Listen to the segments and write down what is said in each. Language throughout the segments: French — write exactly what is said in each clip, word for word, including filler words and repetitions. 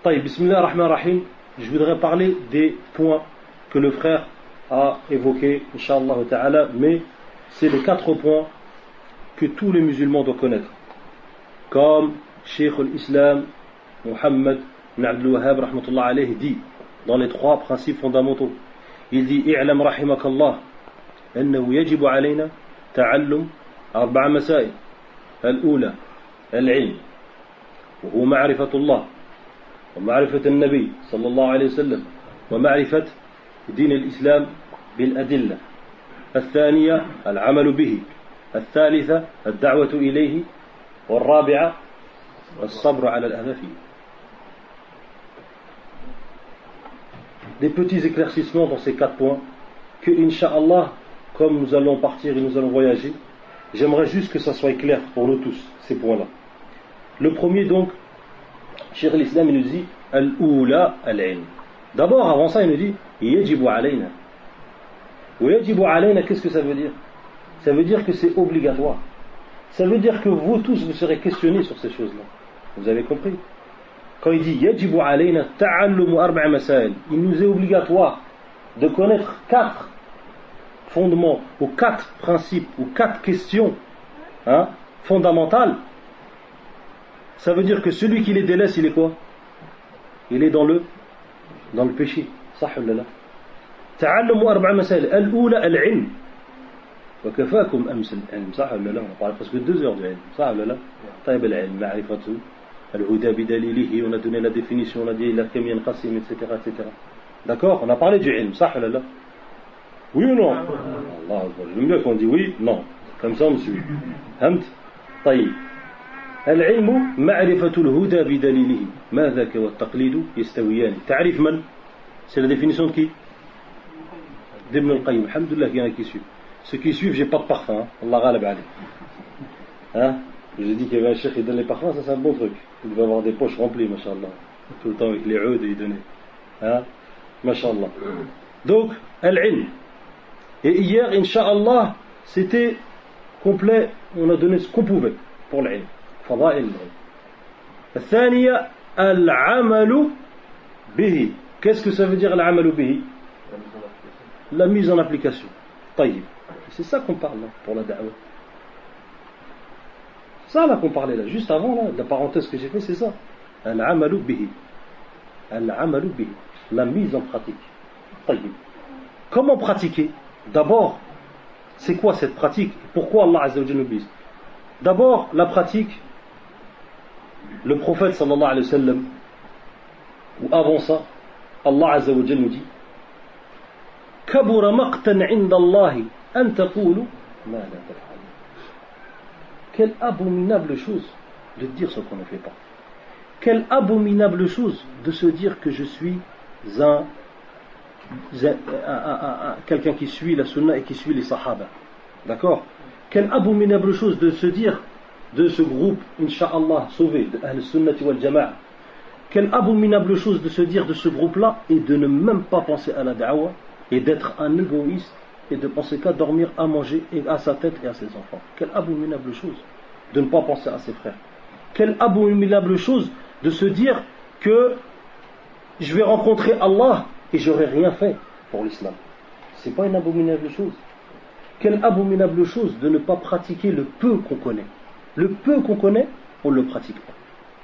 طيب, Bismillah ar-Rahman ar-Rahim. Je voudrais parler des points que le frère a évoqués, Inch'Allah ta'ala, mais c'est les quatre points que tous les musulmans doivent connaître. Comme Cheikh al-Islam Muhammad ibn Abdul Wahhab rahmatullah alayhi dit dans les trois principes fondamentaux. Il dit i'lam rahimakallah annahu yajibu alayna ta'allum arba'a masail. الأولى العلم وهو معرفة الله ومعرفة النبي صلى الله عليه وسلم ومعرفة دين الإسلام بالأدلة. الثانية العمل به. الثالثة الدعوة إليه. والرابعة الصبر على الأذى فيه. Des petits éclaircissements dans ces quatre points que, Inch'Allah, comme nous allons partir et nous allons voyager, j'aimerais juste que ça soit clair pour nous tous, ces points-là. Le premier donc, Cheikh l'Islam il nous dit Al-Oula al-Ilm. D'abord, avant ça, il nous dit Yajibu alayna. Ou Yajibu alayna, qu'est-ce que ça veut dire? Ça veut dire que c'est obligatoire. Ça veut dire que vous tous, vous serez questionnés sur ces choses-là. Vous avez compris? Quand il dit Yajibu alayna ta'allumu arba'a masail, il nous est obligatoire de connaître quatre fondements, ou quatre principes, ou quatre questions hein, fondamentales. Ça veut dire que celui qui les délaisse, il est quoi? Il est dans le dans le péché. صح ولا لا؟ تعلموا أربع مسائل. الأولى العلم. وكفاكم أمس العلم. صح ولا لا؟ On parle presque deux heures du ilm. صح ولا لا؟ طيب العلم معرفة الهدى بدليله. On a donné la définition, on a dit إلى كم ينقسم, et cetera, et cetera. D'accord? On a parlé du ilm. صح ولا لا? Oui ou non? Allah, j'aime bien qu'on dit oui, non. Comme ça on me suit. فهمت؟ طيب. العلم معرفة الهدى بدليله. ما ذاك والتقليد يستويان. تعرف من؟ C'est la définition de qui? d'Ibn al-Qayyim. Alhamdulillah qu'il y en a qui suivent. Ceux qui suivent, j'ai pas de parfum. Hein? Allah ghalab alayh. Hein? J'ai dit qu'il y avait un cheikh qui donne les parfums, ça c'est un bon truc. Il devait avoir des poches remplies, mashallah. Tout le temps avec les ouds et il donnait. Hein? Mashallah. Donc, al-ilm. Et hier, Inch'Allah, c'était complet. On a donné ce qu'on pouvait pour l'ilm. فضائل العلم. الثانية العمل به. Qu'est-ce que ça veut dire العمل به? La mise en application. طيب. C'est ça qu'on parle là, pour la da'wah. Ça là qu'on parlait là, juste avant là, la parenthèse que j'ai fait, c'est ça. العمل به. العمل به. La mise en pratique. طيب. Comment pratiquer? D'abord, c'est quoi cette pratique? Pourquoi Allah Azza wa Jalla nous dit? D'abord, la pratique. Le prophète sallallahu alayhi wa sallam, ou avant ça, Allah Azza wa Jalla nous dit كبر مقتا عند الله أن تقولوا ما لا تفعلون. Quelle abominable chose de dire ce qu'on ne fait pas. Quelle abominable chose de se dire que je suis un, un, un, un, un quelqu'un qui suit la sunna et qui suit les sahaba. D'accord? Quelle abominable chose de se dire de ce groupe, Inch'Allah, sauvé, de Ahl Sunnati wal Jama'a. Quelle abominable chose de se dire de ce groupe-là et de ne même pas penser à la da'wah et d'être un égoïste et de penser qu'à dormir, à manger et à sa tête et à ses enfants. Quelle abominable chose de ne pas penser à ses frères. Quelle abominable chose de se dire que je vais rencontrer Allah et j'aurai rien fait pour l'islam. C'est pas une abominable chose. Quelle abominable chose de ne pas pratiquer le peu qu'on connaît. Le peu qu'on connaît, on ne le pratique pas.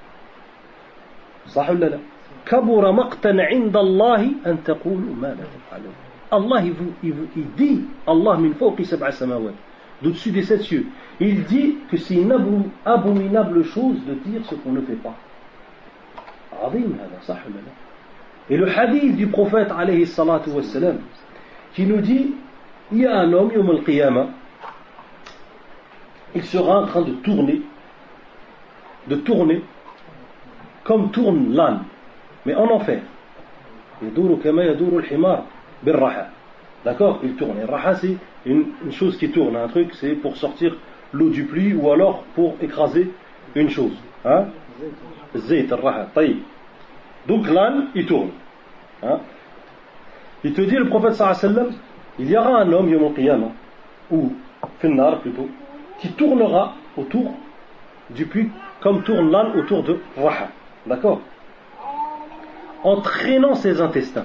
صح ولا لا؟ كبر مقتا عند الله أن تقولوا ما لا تفعلون. Allah il, vous, il, vous, il dit, Allah min fawqi sab'a samawat, d'au-dessus des sept cieux, il dit que c'est une abominable chose de dire ce qu'on ne fait pas. عظيم هذا صح ولا لا؟ Et le hadith du prophète alayhi salatu wassalam qui nous dit il y a un homme yawm al-qiyamah, il sera en train de tourner de tourner comme tourne l'âne mais en enfer. يدور كما يدور الحمار بالرحى. D'accord? Il tourne. Et raha c'est une, une chose qui tourne, un truc c'est pour sortir l'eau du pluie ou alors pour écraser une chose. Hein? Zayt al-raha. طيب. Donc l'âne il tourne. Hein? Il te dit le prophète sallallahu alayhi wa sallam, il y aura un homme yawm al-qiyamah ou finnar plutôt qui tournera autour du puits comme tourne l'âne autour de raha. D'accord? en traînant ses intestins.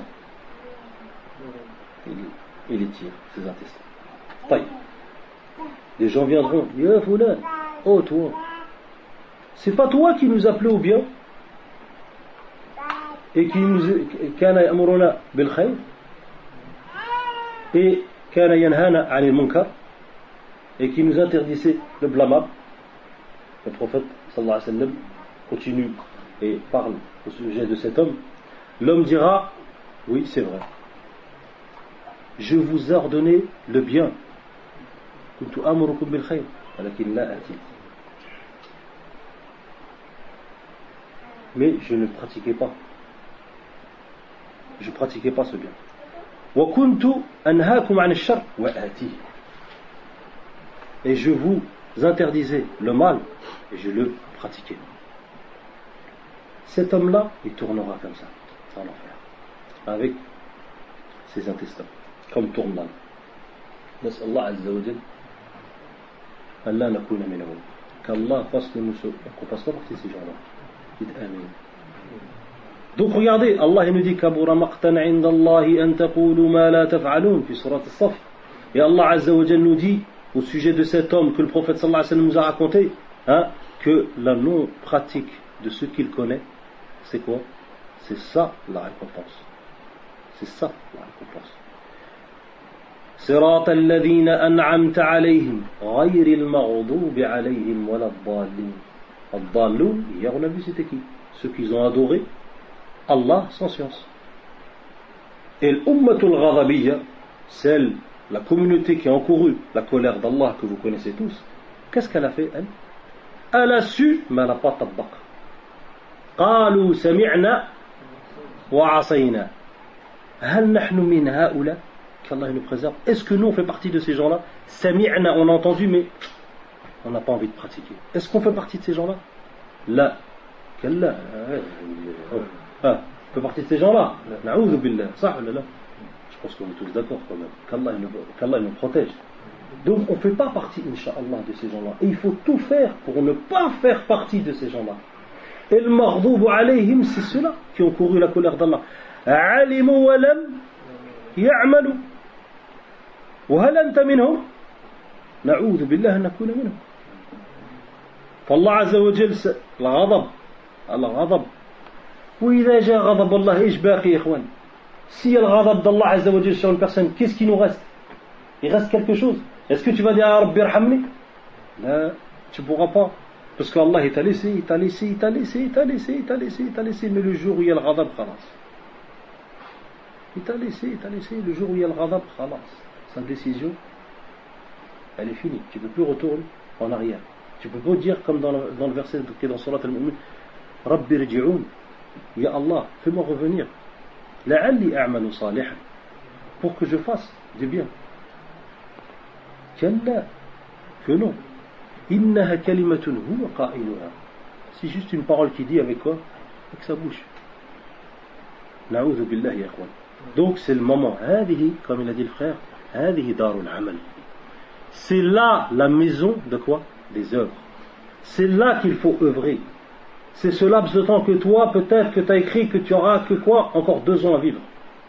Il les tire, ses intestins. Taï. Les gens viendront, Ya Foulan, oh toi, c'est pas toi qui nous appelais au bien et qui nous kana ya'muruna bil khayr et kana yanhana 'anil munkar et qui nous interdisait le blâmable. Le prophète sallallahu alayhi wa sallam continue et parle au sujet de cet homme. L'homme dira, oui c'est vrai, je vous ai ordonné le bien, kuntu amurukum bil khayr walakin la ati, mais je ne pratiquais pas je pratiquais pas ce bien. Wa kuntu anhaakum 'an ash-sharr wa ati, et je vous interdisais le mal et je le pratiquais. Cet homme-là, il tournera comme ça, dans l'enfer, avec ses intestins, comme tourne-mal. Nas'al Allah Azza wa Jal Allah nakuna minhum, qu'Allah fasse que nous qu'on fasse pas partie de ces gens-là. Dites Amen. Donc regardez, Allah il nous dit kabura maqtan 'inda Allahi an taqulu ma la taf'alun fi surat as-Saff. Et Allah Azza wa Jal nous dit au sujet de cet homme que le prophète sallallahu alayhi wa sallam nous a raconté, hein, que la non-pratique de ce qu'il connaît, c'est quoi? C'est ça la récompense. C'est ça la récompense. صراط الذين أنعمت عليهم غير المغضوب عليهم ولا الضالين. الضالون, hier on a vu c'était qui? Ceux qui ont adoré Allah sans science. Et l'ummatul ghadabiyya, celle, la communauté qui a encouru la colère d'Allah que vous connaissez tous, qu'est-ce qu'elle a fait elle? Elle a su, mais elle n'a pas tabbaq. قالوا سمعنا وعصينا هل نحن من هؤلاء qu'Allah nous préserve. Est-ce que nous on fait partie de ces gens-là? Sami'na, on a entendu mais on n'a pas envie de pratiquer. Est-ce qu'on fait partie de ces gens-là? Là, qu'Allah, ah, on fait partie de ces gens-là. Na'oudhu billah, ça ou là? Je pense qu'on est tous d'accord quand même. Qu'Allah nous, qu'Allah nous protège. Donc on ne fait pas partie, Inch'Allah, de ces gens-là. Et il faut tout faire pour ne pas faire partie de ces gens-là. Et le maghdoub alayhim, c'est ceux-là qui ont couru la colère d'Allah. Alimu wa lam ya'malu. وهل أنت منهم؟ نعوذ بالله أن نكون منهم. فالله عز وجل الغضب الغضب وإذا جاء غضب الله إيش باقي يا إخوان؟ Si le ghadab d'Allah Azza wa Jal sur une personne, qu'est-ce qui nous reste? Il reste quelque chose. Est-ce que tu vas dire à Rabbi irhamni? Là, tu ne pourras pas. Parce qu'Allah il t'a laissé, il t'a laissé, il t'a laissé, il t'a laissé, il t'a laissé, il t'a laissé, mais le jour où il y a le ghadab, khalas. Il t'a laissé, il t'a laissé, le jour où il y a le ghadab, khalas. Sa décision, elle est finie. Tu ne peux plus retourner en arrière. Tu ne peux pas dire comme dans le, dans le verset qui est dans Surat al-Mu'min, Rabbi rji'oun, Ya Allah, fais-moi revenir. La'alli a'malu salihan, pour que je fasse du bien. Kalla, que non. Innaha kalimatun huwa qa'iluha. C'est juste une parole qui dit avec quoi? Avec sa bouche. Na'oudhu billahi ya ikhwan. Donc c'est le moment. Hadihi, comme il a dit le frère, hadihi darul amal. C'est là la maison de quoi? Des œuvres. C'est là qu'il faut œuvrer. C'est ce laps de temps que toi, peut-être que tu as écrit que tu auras que quoi? Encore deux ans à vivre.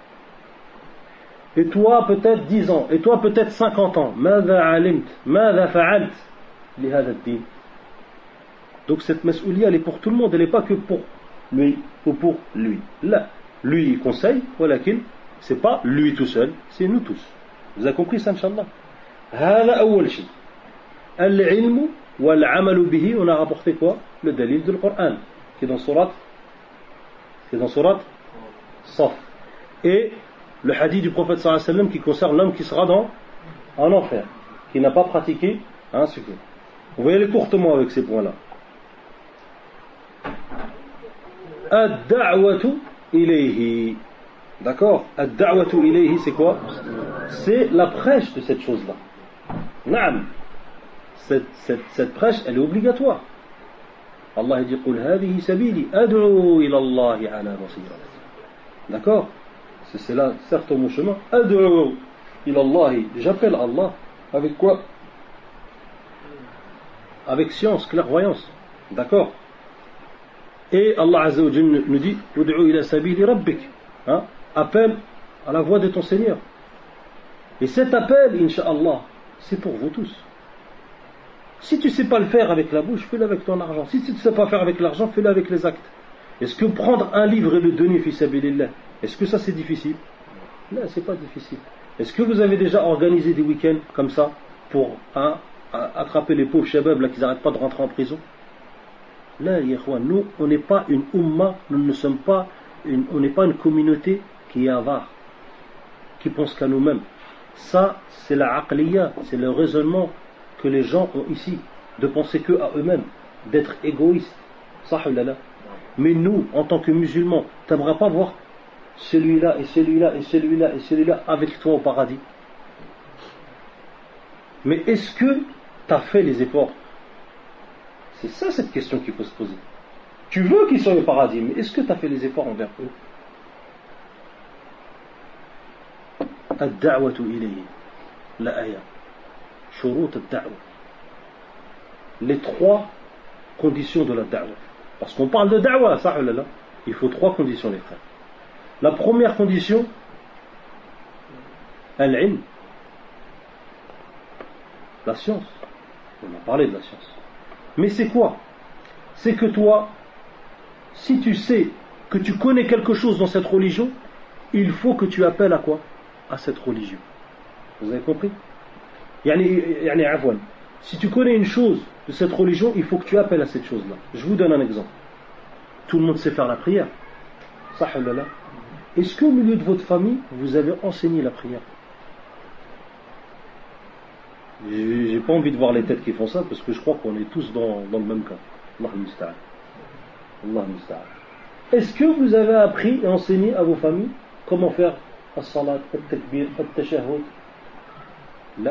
Et toi, peut-être dix ans. Et toi, peut-être cinquante ans. Mada alimt, mada fa'alt li hada ad-din. Donc cette mas'ouliya, elle est pour tout le monde. Elle n'est pas que pour lui ou pour lui. Là, lui, il conseille, voilà qu'il. C'est pas lui tout seul, c'est nous tous. Vous avez compris ça, Inch'Allah? هذا أول شيء. العلم والعمل به. On a rapporté quoi? Le dalil du Coran qui est dans Surat qui est dans Surat Saf. Et le hadith du prophète sallallahu alayhi wa sallam qui concerne l'homme qui sera dans en enfer, qui n'a pas pratiqué hein, ce que. Vous voyez les courtement avec ces points-là. Ad-da'watu ilayhi. D'accord? Ad-da'watu ilayhi, c'est quoi? C'est la prêche de cette chose-là. Naam. Cette, cette, cette prêche, elle est obligatoire. Allah dit Qul hadhihi sabili ad'u ila Allah ala basira. D'accord? C'est, c'est là, certes mon chemin. Ad'u ila Allah. J'appelle Allah. Avec quoi? Avec science, clairvoyance. D'accord? Et Allah Azza wa Jalla nous dit Ud'u ila sabili rabbik, hein, appelle à la voix de ton Seigneur. Et cet appel, Inch'Allah, c'est pour vous tous. Si tu ne sais pas le faire avec la bouche, fais-le avec ton argent. Si tu ne sais pas faire avec l'argent, fais-le avec les actes. Est-ce que prendre un livre et le donner fi sabilillah, est-ce que ça c'est difficile? Non, c'est pas difficile. Est-ce que vous avez déjà organisé des week-ends comme ça pour hein, attraper les pauvres shabab là qui n'arrêtent pas de rentrer en prison? Là, nous, on n'est pas une umma, nous ne sommes pas une, on n'est pas une communauté qui est avare, qui pense qu'à nous-mêmes. Ça, c'est la aqliya, c'est le raisonnement que les gens ont ici, de penser que à eux-mêmes, d'être égoïstes. Sahulala. Mais nous, en tant que musulmans, tu n'aimerais pas voir celui-là et celui-là et celui-là et celui-là avec toi au paradis? Mais est-ce que tu as fait les efforts? C'est ça cette question qu'il faut se poser. Tu veux qu'ils soient au paradis, mais est-ce que tu as fait les efforts envers eux? Ad-da'watu ilayhi, la aya, shurut ad-da'wa. Les trois conditions de la da'wa. Parce qu'on parle de da'wa, ça, là, il faut trois conditions, les frères. La première condition, al-ilm, la science. On a parlé de la science. Mais c'est quoi? C'est que toi, si tu sais que tu connais quelque chose dans cette religion, il faut que tu appelles à quoi? À cette religion. Vous avez compris? Yani, yani, afwan. Si tu connais une chose de cette religion, il faut que tu appelles à cette chose-là. Je vous donne un exemple. Tout le monde sait faire la prière. Sahulala. Est-ce qu'au milieu de votre famille, vous avez enseigné la prière? J'ai pas envie de voir les têtes qui font ça parce que je crois qu'on est tous dans, dans le même cas. Allah musta'an. Allah musta'an. Est-ce que vous avez appris et enseigné à vos familles comment faire as-salat, al-takbir, al-tashahhud? Là.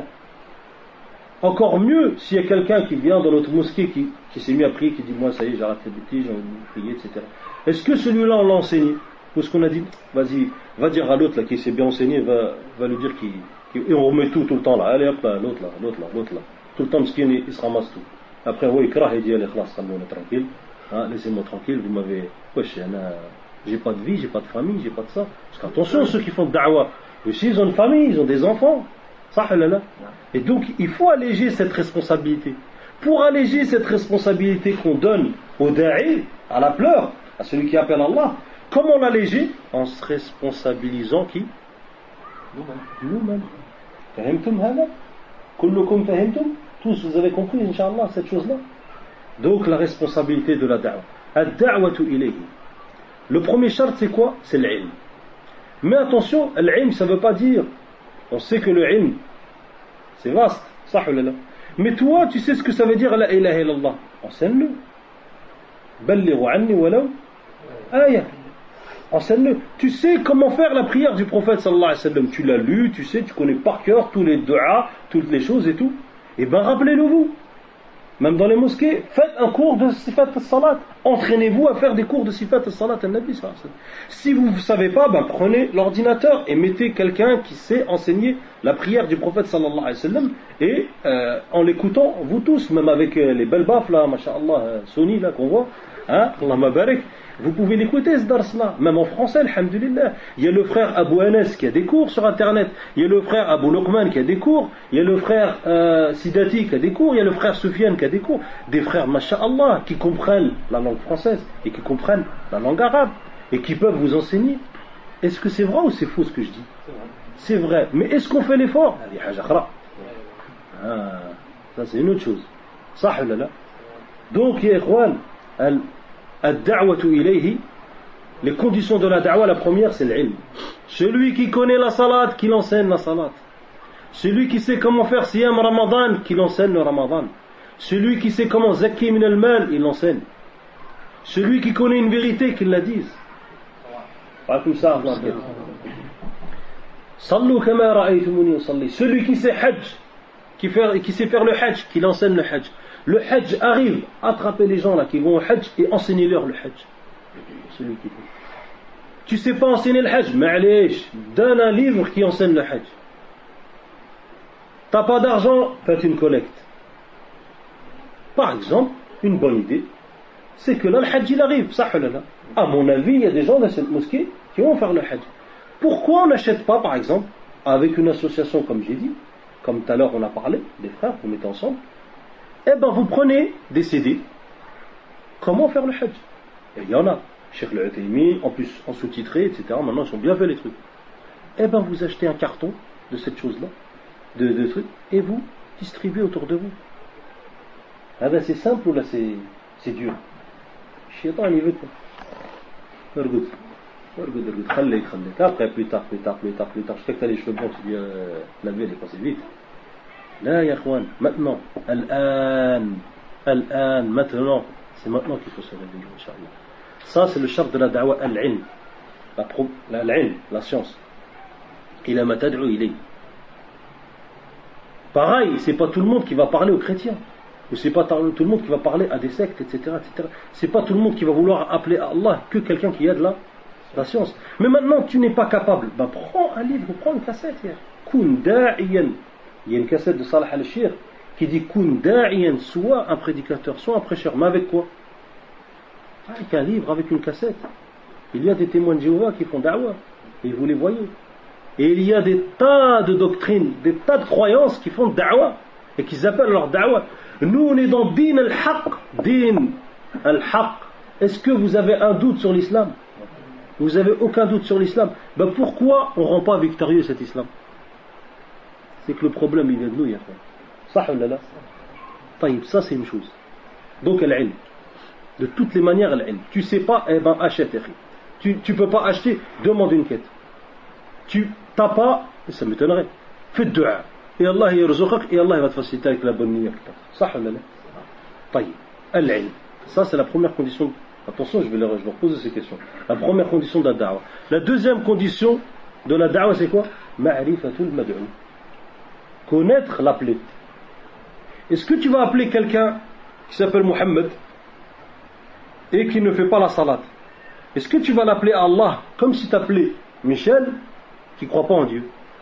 Encore mieux s'il y a quelqu'un qui vient dans notre mosquée qui, qui s'est mis à prier, qui dit moi ça y est, j'arrête les bêtises, j'ai envie de prier, et cetera. Est-ce que celui-là on l'a enseigné? Ou est-ce qu'on a dit vas-y, va dire à l'autre là qui s'est bien enseigné, va, va lui dire qu'il. Et on remet tout tout le temps là, allez hop là, l'autre là, l'autre là, l'autre là. Tout le temps, Mskin, il se ramasse tout. Après, oui, Ikrah, il dit, allez, khlas, tranquille, hein, laissez-moi tranquille, vous m'avez. Wesh, j'ai pas de vie, j'ai pas de famille, j'ai pas de ça. Parce qu'attention, ceux qui font de da'wa, aussi, ils ont une famille, ils ont des enfants. Ça, là. Et donc, il faut alléger cette responsabilité. Pour alléger cette responsabilité qu'on donne au da'i, à la pleure, à celui qui appelle Allah, comment l'alléger? En se responsabilisant qui? Nous-mêmes. Fahimtum hada? Kullukum fahimtum? Tous, vous avez compris, Inch'Allah, cette chose-là? Donc, la responsabilité de la da'wa. Ad-da'watu ilayhi. Le premier chart, c'est quoi? C'est l'ilm. Mais attention, l'ilm, ça ne veut pas dire. On sait que le ilm, c'est vaste. Sahulala. Mais toi, tu sais ce que ça veut dire la ilaha illallah. Enseigne-le. Ballighu anni walaw aya. Enseigne-le. Tu sais comment faire la prière du prophète sallallahu alayhi wa sallam. Tu l'as lu, tu sais, tu connais par cœur tous les du'as, toutes les choses et tout. Et bien rappelez-le vous. Même dans les mosquées, faites un cours de sifat al-salat. Entraînez-vous à faire des cours de sifat al-salat al-nabi sallallahu alayhi wa sallam. Si vous ne savez pas, ben prenez l'ordinateur et mettez quelqu'un qui sait enseigner la prière du prophète sallallahu alayhi wa sallam. Et euh, en l'écoutant, vous tous, même avec euh, les belles baffes là, masha'Allah, euh, Sony là qu'on voit, hein, Allah mabarak. Vous pouvez l'écouter ce dars-là, même en français, alhamdulillah. Il y a le frère Abou Anas qui a des cours sur internet, il y a le frère Abou Luqman qui a des cours, il y a le frère euh, Sidati qui a des cours, il y a le frère Soufiane qui a des cours, des frères masha'Allah qui comprennent la langue française et qui comprennent la langue arabe et qui peuvent vous enseigner. Est-ce que c'est vrai ou c'est faux ce que je dis? C'est vrai. Mais est-ce qu'on fait l'effort? Ah, ça c'est une autre chose. Sahulala. Donc, ya ikhwan, al Ad-da'watu ilayhi, les conditions de la da'wa, la première c'est l'ilm. Celui qui connaît la salat, qui l'enseigne la salat. Celui qui sait comment faire siyam ramadan, qui l'enseigne le ramadan. Celui qui sait comment zakki min al-mal, il l'enseigne. Celui qui connaît une vérité, qu'il la dise. Pas tout ça. Sallu kama ra'aytumuni usalli. Celui qui sait hajj, qui, fait, qui sait faire le hajj, qui l'enseigne le hajj. Le hajj arrive, attrapez les gens là qui vont au hajj et enseignez-leur le hajj. Celui qui fait. Tu sais pas enseigner le hajj, mais allez, donne un livre qui enseigne le hajj. T'as pas d'argent, faites une collecte. Par exemple, une bonne idée, c'est que là, le hajj, il arrive. Ça, là. À mon avis, il y a des gens dans cette mosquée qui vont faire le hajj. Pourquoi on n'achète pas, par exemple, avec une association, comme j'ai dit, comme tout à l'heure on a parlé, des frères, vous mettez ensemble, eh bien, vous prenez des C D. Comment faire le hajj? Et il y en a. Cheikh Al-Uthaymin, en plus, en sous-titré, et cetera. Maintenant, ils sont bien faits, les trucs. Eh bien, vous achetez un carton de cette chose-là, de, de trucs, et vous distribuez autour de vous. Ah ben, c'est simple ou là, c'est, c'est dur? Shaitan, il veut quoi? Regarde. Regarde, regarde. Khalek, khalek. Après, plus tard, plus tard, plus tard, plus tard. Je sais que t'as les cheveux blancs, tu dis, euh, la vie, elle est passée vite. Là, ya khwan, maintenant, al-an, al-an, maintenant, c'est maintenant qu'il faut se réveiller, Inch'Allah. Ça, c'est le charte de la da'wa al-ilm, la, pro, la, l'ilm, la science. Il a ma tad'u ilay. Pareil, c'est pas tout le monde qui va parler aux chrétiens, ou c'est pas tout le monde qui va parler à des sectes, et cetera, et cetera. C'est pas tout le monde qui va vouloir appeler à Allah que quelqu'un qui a de la, la science. Mais maintenant, tu n'es pas capable. Ben, prends un livre, prends une cassette. Kun da'iyan. Il y a une cassette de Salah al-Shir qui dit Kun da'iyan, soit un prédicateur, soit un prêcheur. Mais avec quoi? Avec un livre, avec une cassette. Il y a des témoins de Jéhovah qui font da'wa. Et vous les voyez. Et il y a des tas de doctrines, des tas de croyances qui font da'wa. Et qui s'appellent leur da'wa. Nous, on est dans din al-haq. Din al-haq. Est-ce que vous avez un doute sur l'islam? Vous n'avez aucun doute sur l'islam? Ben pourquoi on ne rend pas victorieux cet islam? C'est que le problème, il vient de nous, ya frère. Ça, ou là, taïb, ça c'est une chose. Donc, al-ilm. De toutes les manières, al-ilm. Tu sais pas, eh ben, achète, tu Tu peux pas acheter, demande une quête. Tu t'as pas, ça m'étonnerait. Fais dua. Et Allah yarzuqak, et Allah va te faciliter avec la bonne niyyah. Ça, ou là, taïb. Al-ilm. Ça, c'est la première condition. Attention, je vais leur, je vais leur poser ces questions. La première condition de la da'wa. La deuxième condition de la da'wa, c'est quoi? Ma'rifatul mad'u. Connaître l'appelé. Est-ce que tu vas appeler quelqu'un qui s'appelle Mohammed et qui ne fait pas la salat? Est-ce que tu vas l'appeler Allah comme si tu appelais Michel qui ne croit pas en Dieu?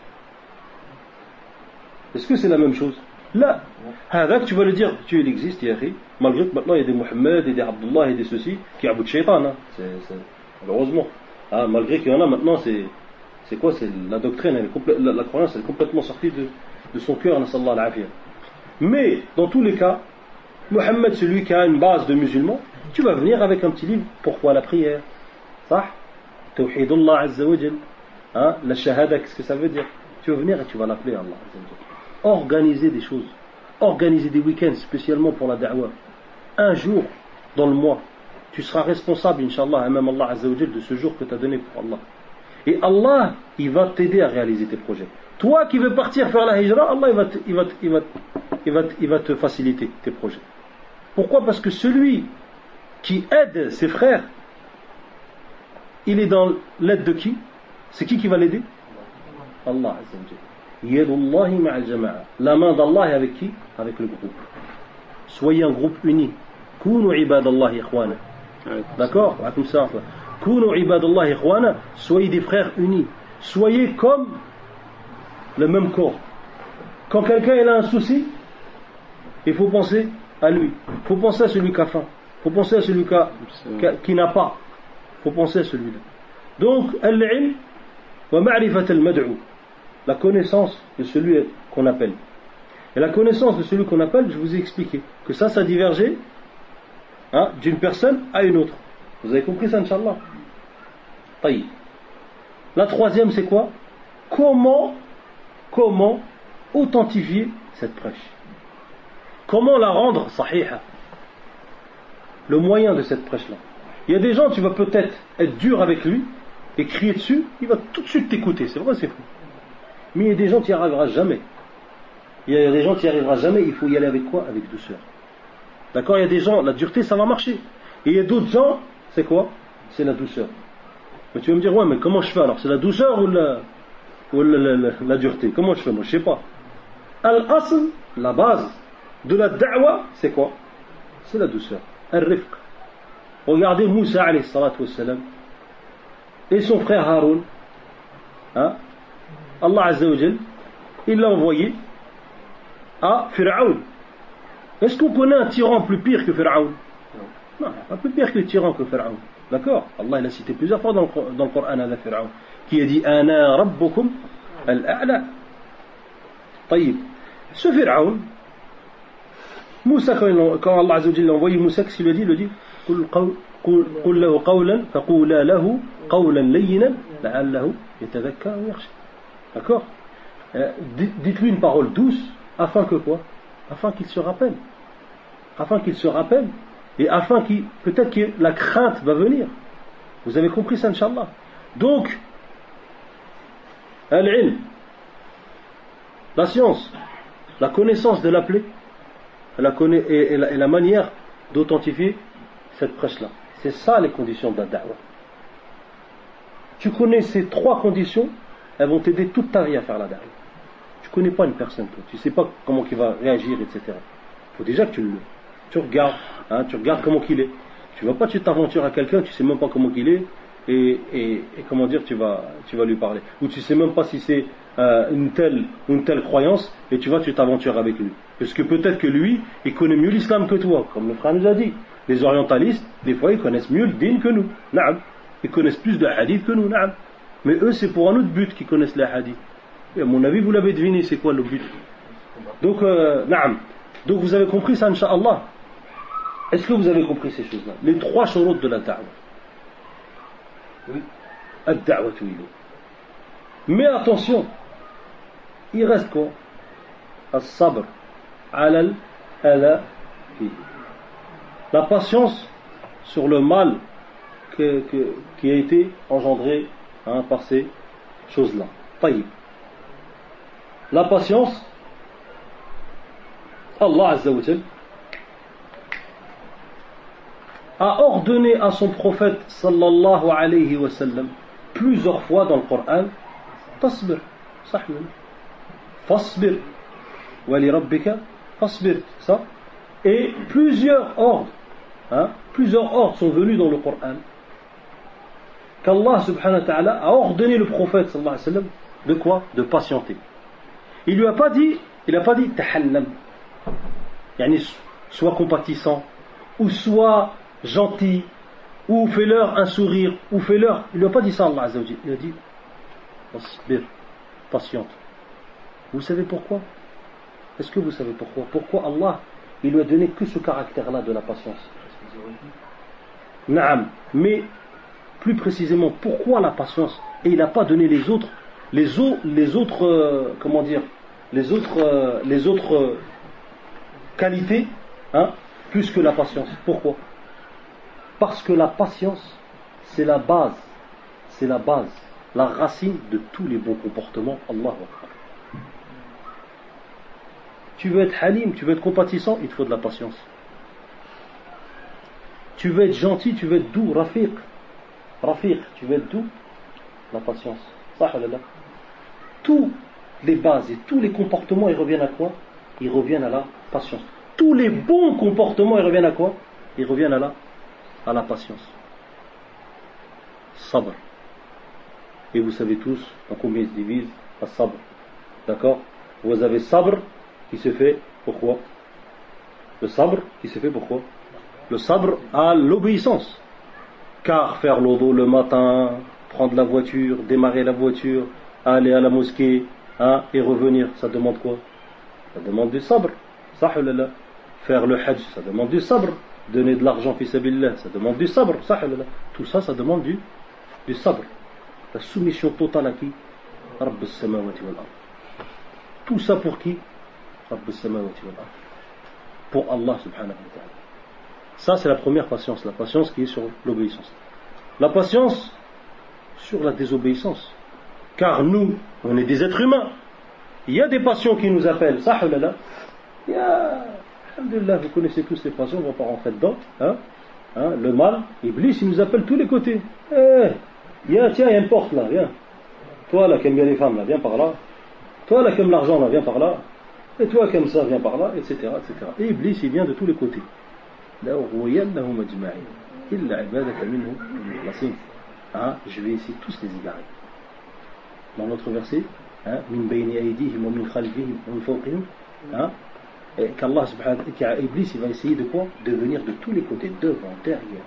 Est-ce que c'est la même chose? Là, tu vas lui dire, tu il existe, Yahri, malgré que maintenant il y a des Mohammed et des Abdullah et des ceux-ci qui aboutent shaitan, hein. c'est, c'est, malheureusement. Ah, malgré qu'il y en a maintenant, c'est, c'est quoi? C'est la doctrine, elle est complè- la, la croyance elle est complètement sortie de, de son cœur, nasallahu al-afiyah. Mais, dans tous les cas, Mohammed, celui qui a une base de musulman, tu vas venir avec un petit livre. Pourquoi la prière? Ça? Tawhidullah azza wa jal. Hein? La shahada, qu'est-ce que ça veut dire? Tu vas venir et tu vas l'appeler Allah azza wa jal. Organiser des choses, organiser des week-ends spécialement pour la da'wa. Un jour dans le mois, tu seras responsable, Inch'Allah, même Allah Azza wa Jal, de ce jour que tu as donné pour Allah. Et Allah, il va t'aider à réaliser tes projets. Toi qui veux partir faire la hijra, Allah, il va te, il va te, il va te, il va te, il va te faciliter tes projets. Pourquoi? Parce que celui qui aide ses frères, il est dans l'aide de qui? C'est qui qui va l'aider? Allah Azza wa Jal. Yadullahi ma'al jama'a. La main d'Allah est avec qui? Avec le groupe. Soyez un groupe uni. Kunu ibadallahi ikhwana. D'accord? Kunu ibadallahi ikhwana. Soyez des frères unis. Soyez comme le même corps. Quand quelqu'un il a un souci, il faut penser à lui. Il faut penser à celui qui a faim. Il faut penser à celui qui, a, qui, a, qui n'a pas. Il faut penser à celui-là. Donc, al-ilm wa ma'rifat al-mad'u. La connaissance de celui qu'on appelle. Et la connaissance de celui qu'on appelle, je vous ai expliqué que ça, ça divergeait hein, d'une personne à une autre. Vous avez compris ça, Inch'Allah? Taïb. La troisième, c'est quoi? Comment, comment authentifier cette prêche? Comment la rendre sahiha? Le moyen de cette prêche-là. Il y a des gens, tu vas peut-être être dur avec lui et crier dessus, il va tout de suite t'écouter. C'est vrai, c'est faux. Mais il y a des gens qui n'y arriveront jamais. Il y a des gens qui n'y arriveront jamais. Il faut y aller avec quoi? Avec douceur. D'accord? Il y a des gens, la dureté, ça va marcher. Et il y a d'autres gens, c'est quoi? C'est la douceur. Mais tu vas me dire, ouais, mais comment je fais alors? C'est la douceur ou la, ou la, la, la, la dureté? Comment je fais? Moi, je sais pas. Al-asl, la base de la da'wa, c'est quoi? C'est la douceur. Al-rifq. Regardez Moussa alayhi salatu wassalam et son frère Haroun. Hein? Allah Azza wa Jal, il l'a envoyé à Pharaon. Est-ce qu'on connaît un tyran plus pire que Pharaon? Non, il n'y a pas plus pire que les tyrans que Pharaon. D'accord? Allah il a cité plusieurs fois dans le, dans le Coran à Pharaon, qui a dit Ana Rabbukum al-A'la. طيب. Ce Pharaon, Moussa, quand, quand Allah Azza wa Jalla a envoyé Moussa, qu'est-ce qu'il lui a dit? Il lui a dit قل, قل, قل له قولا فقولا له قولا لينا لعله يتذكر أو يخشى. D'accord? euh, Dites-lui une parole douce, afin que quoi? Afin qu'il se rappelle. Afin qu'il se rappelle. Et afin qu'il, peut-être que la crainte va venir. Vous avez compris ça, Inch'Allah. Donc, al-ilm, la science, la connaissance de l'appeler, la conna- et, et, la, et la manière d'authentifier cette prêche-là. C'est ça les conditions de la da'wah. Tu connais ces trois conditions, elles vont t'aider toute ta vie à faire la da'wah. Tu connais pas une personne, toi. Tu sais pas comment il va réagir, et cetera. Il faut déjà que tu le... Tu regardes, hein, tu regardes comment qu'il est. Tu vas pas, tu t'aventures à quelqu'un, tu sais même pas comment qu'il est, et, et, et comment dire, tu vas, tu vas lui parler. Ou tu sais même pas si c'est euh, une telle, une telle croyance, et tu vas, tu t'aventures avec lui. Parce que peut-être que lui, il connaît mieux l'islam que toi, comme le frère nous a dit. Les orientalistes, des fois, ils connaissent mieux le din que nous. Naam. Ils connaissent plus de hadith que nous. Naam. Mais eux, c'est pour un autre but qu'ils connaissent les hadiths. Et à mon avis, vous l'avez deviné, c'est quoi le but? Donc, euh, naam. Donc vous avez compris ça, Inch'Allah. Est-ce que vous avez compris ces choses-là? Les trois shurut de la da'wah. Oui. Ad-da'wah tu ilayh. Mais attention, il reste quoi? As-sabr ala al-adha fi. La patience sur le mal que, que, qui a été engendré, hein, par ces choses-là. Taïb. La patience, Allah Azza wa Jal a ordonné à son prophète sallallahu alayhi wa sallam plusieurs fois dans le Coran tasbir, sahmin, fasbir, wa li rabbika fasbir, ça. Et plusieurs ordres, hein, plusieurs ordres sont venus dans le Coran qu'Allah subhanahu wa ta'ala a ordonné le prophète sallallahu alayhi wa sallam de quoi? De patienter. Il lui a pas dit, il a pas dit tahannam, yani sois compatissant, ou sois gentil, ou fais-leur un sourire, ou fais-leur. Il ne lui a pas dit ça, Allah Azza wa Jalla. Il a dit asbir, patiente. Vous savez pourquoi? Est-ce que vous savez pourquoi? Pourquoi Allah, il lui a donné que ce caractère-là de la patience? Naam. Mais plus précisément, pourquoi la patience? Et il n'a pas donné les autres, les autres, les autres, euh, comment dire, les autres, euh, les autres euh, qualités, hein, plus que la patience. Pourquoi? Parce que la patience, c'est la base, c'est la base, la racine de tous les bons comportements. Allahu Akbar. Tu veux être halim, tu veux être compatissant, il te faut de la patience. Tu veux être gentil, tu veux être doux, rafiq, rafiq, tu veux être doux, la patience. Tous les bases et tous les comportements, ils reviennent à quoi? Ils reviennent à la patience. Tous les bons comportements, ils reviennent à quoi? Ils reviennent à la à la patience. Sabr. Et vous savez tous en combien il se divise à sabr. D'accord? Vous avez sabr qui se fait pourquoi? Le sabr qui se fait pourquoi? Le sabr à l'obéissance. Car faire l'odo le matin, prendre la voiture, démarrer la voiture, aller à la mosquée, hein, et revenir, ça demande quoi? Ça demande du sabr. Sahulala. Faire le hajj, ça demande du sabr. Donner de l'argent fi sabilillah, ça demande du sabr. Tout ça, ça demande du, du sabr. La soumission totale à qui? Rabb as-samawati wal ard. Tout ça pour qui? Rabb as-samawati wal ard. Pour Allah subhanahu wa ta'ala. Ça, c'est la première patience, la patience qui est sur l'obéissance. La patience sur la désobéissance. Car nous, on est des êtres humains. Il y a des passions qui nous appellent. Sahulala. Il y a... Alhamdulillah, vous connaissez tous ces passions, on ne va pas rentrer dedans. Hein? Hein? Le mal, Iblis, il nous appelle tous les côtés. Eh, viens, tiens, il y a une porte là, viens. Toi là qui aimes bien les femmes, là, viens par là. Toi là qui aimes l'argent, là, viens par là. Et toi qui aimes ça, viens par là, et cetera, et cetera. Et Iblis, il vient de tous les côtés. Hein? Je vais essayer tous les égarer. Dans notre verset, hein? Hein? et qu'Allah subhanahu wa ta'ala, Iblis, il va essayer de quoi? De venir de tous les côtés, devant, derrière.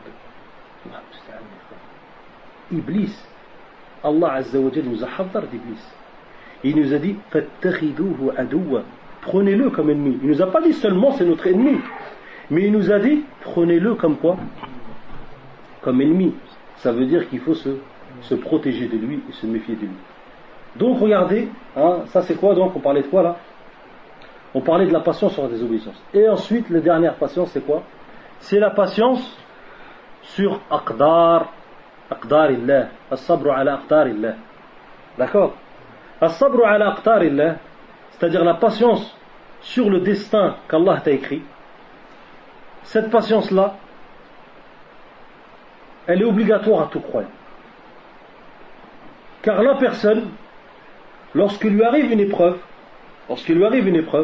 Iblis, Allah Azza wa Jalla nous a hadar d'Iblis. Il nous a dit fattakhidhuhu aduwwa, prenez-le comme ennemi. Il nous a pas dit seulement c'est notre ennemi, mais il nous a dit prenez-le comme quoi? Comme ennemi. Ça veut dire qu'il faut se, se protéger de lui et se méfier de lui. Donc regardez, hein, ça c'est quoi donc? On parlait de quoi là? On parlait de la patience sur la désobéissance. Et ensuite, la dernière patience c'est quoi? C'est la patience sur aqdar, aqdar illah, as-sabru ala aqdar illah. D'accord? As-sabru ala aqdar illah, c'est-à-dire la patience sur le destin qu'Allah t'a écrit. Cette patience-là, elle est obligatoire à tout croyant. Car la personne, lorsqu'il lui arrive une épreuve, lorsqu'il lui arrive une épreuve,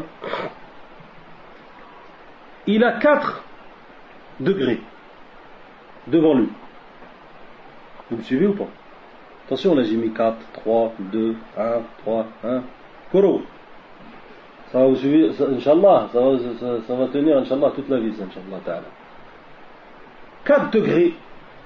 il a quatre degrés devant lui. Vous me suivez ou pas? Attention, là j'ai mis quatre, trois, deux, un, trois, un. Koro. Ça va vous suivre, Inch'Allah, ça va, ça, ça va tenir, Inch'Allah, toute la vie, Inch'Allah ta'ala. quatre degrés.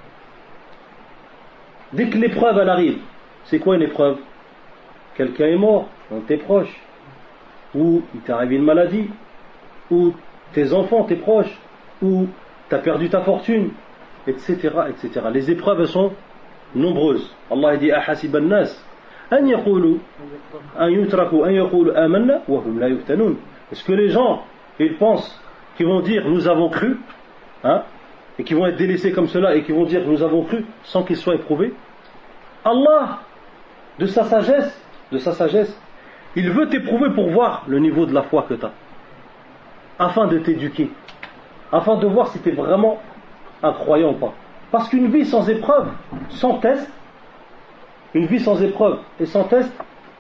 Dès que l'épreuve elle arrive, c'est quoi une épreuve? Quelqu'un est mort, un de tes proches, ou il t'est arrivé une maladie, ou tes enfants, tes proches, ou tu as perdu ta fortune, et cetera, et cetera. Les épreuves elles sont nombreuses. Allah dit ahasiba an-nas an yaqulu an yutraku an yaqulu amanna wa hum la yuftanun. Est-ce que les gens ils pensent qu'ils vont dire nous avons cru, hein, et qu'ils vont être délaissés comme cela et qu'ils vont dire nous avons cru sans qu'ils soient éprouvés? Allah, de sa sagesse, de sa sagesse, il veut t'éprouver pour voir le niveau de la foi que tu as, afin de t'éduquer, afin de voir si tu es vraiment un croyant ou pas. Parce qu'une vie sans épreuve, sans test, une vie sans épreuve et sans test,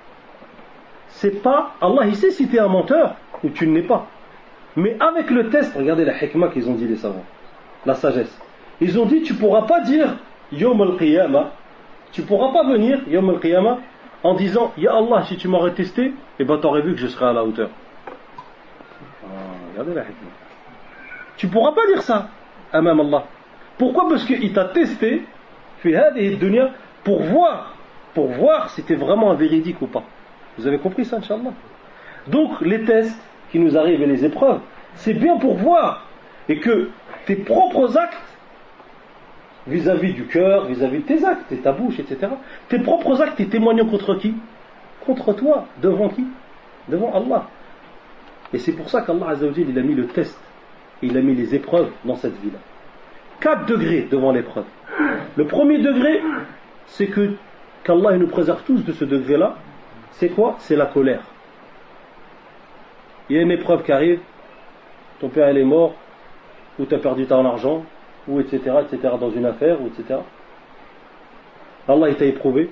c'est pas, Allah il sait si tu es un menteur ou tu ne l'es pas. Mais avec le test, regardez la hikmah qu'ils ont dit les savants, la sagesse. Ils ont dit tu pourras pas dire Yawm al-Qiyamah, tu pourras pas venir Yawm al-Qiyamah en disant Ya Allah, si tu m'aurais testé, eh ben t'aurais vu que je serais à la hauteur. Ah, regardez la hikmah. Tu pourras pas dire ça amam Allah. Pourquoi? Parce qu'il t'a testé fi hadhihi dunya pour voir, pour voir si tu es vraiment un véridique ou pas. Vous avez compris ça, Inch'Allah? Donc les tests qui nous arrivent et les épreuves, c'est bien pour voir et que tes propres actes vis-à-vis du cœur, vis-à-vis de tes actes, de ta bouche, et cetera. Tes propres actes, tes témoignent contre qui? Contre toi. Devant qui? Devant Allah. Et c'est pour ça qu'Allah Azza wa Jalla, il a mis le test, il a mis les épreuves dans cette vie-là. Quatre degrés devant l'épreuve. Le premier degré, c'est que qu'Allah il nous préserve tous de ce degré-là. C'est quoi? C'est la colère. Il y a une épreuve qui arrive, ton père il est mort, ou tu as perdu ton argent, ou et cetera, et cetera, dans une affaire, ou et cetera. Allah il t'a éprouvé.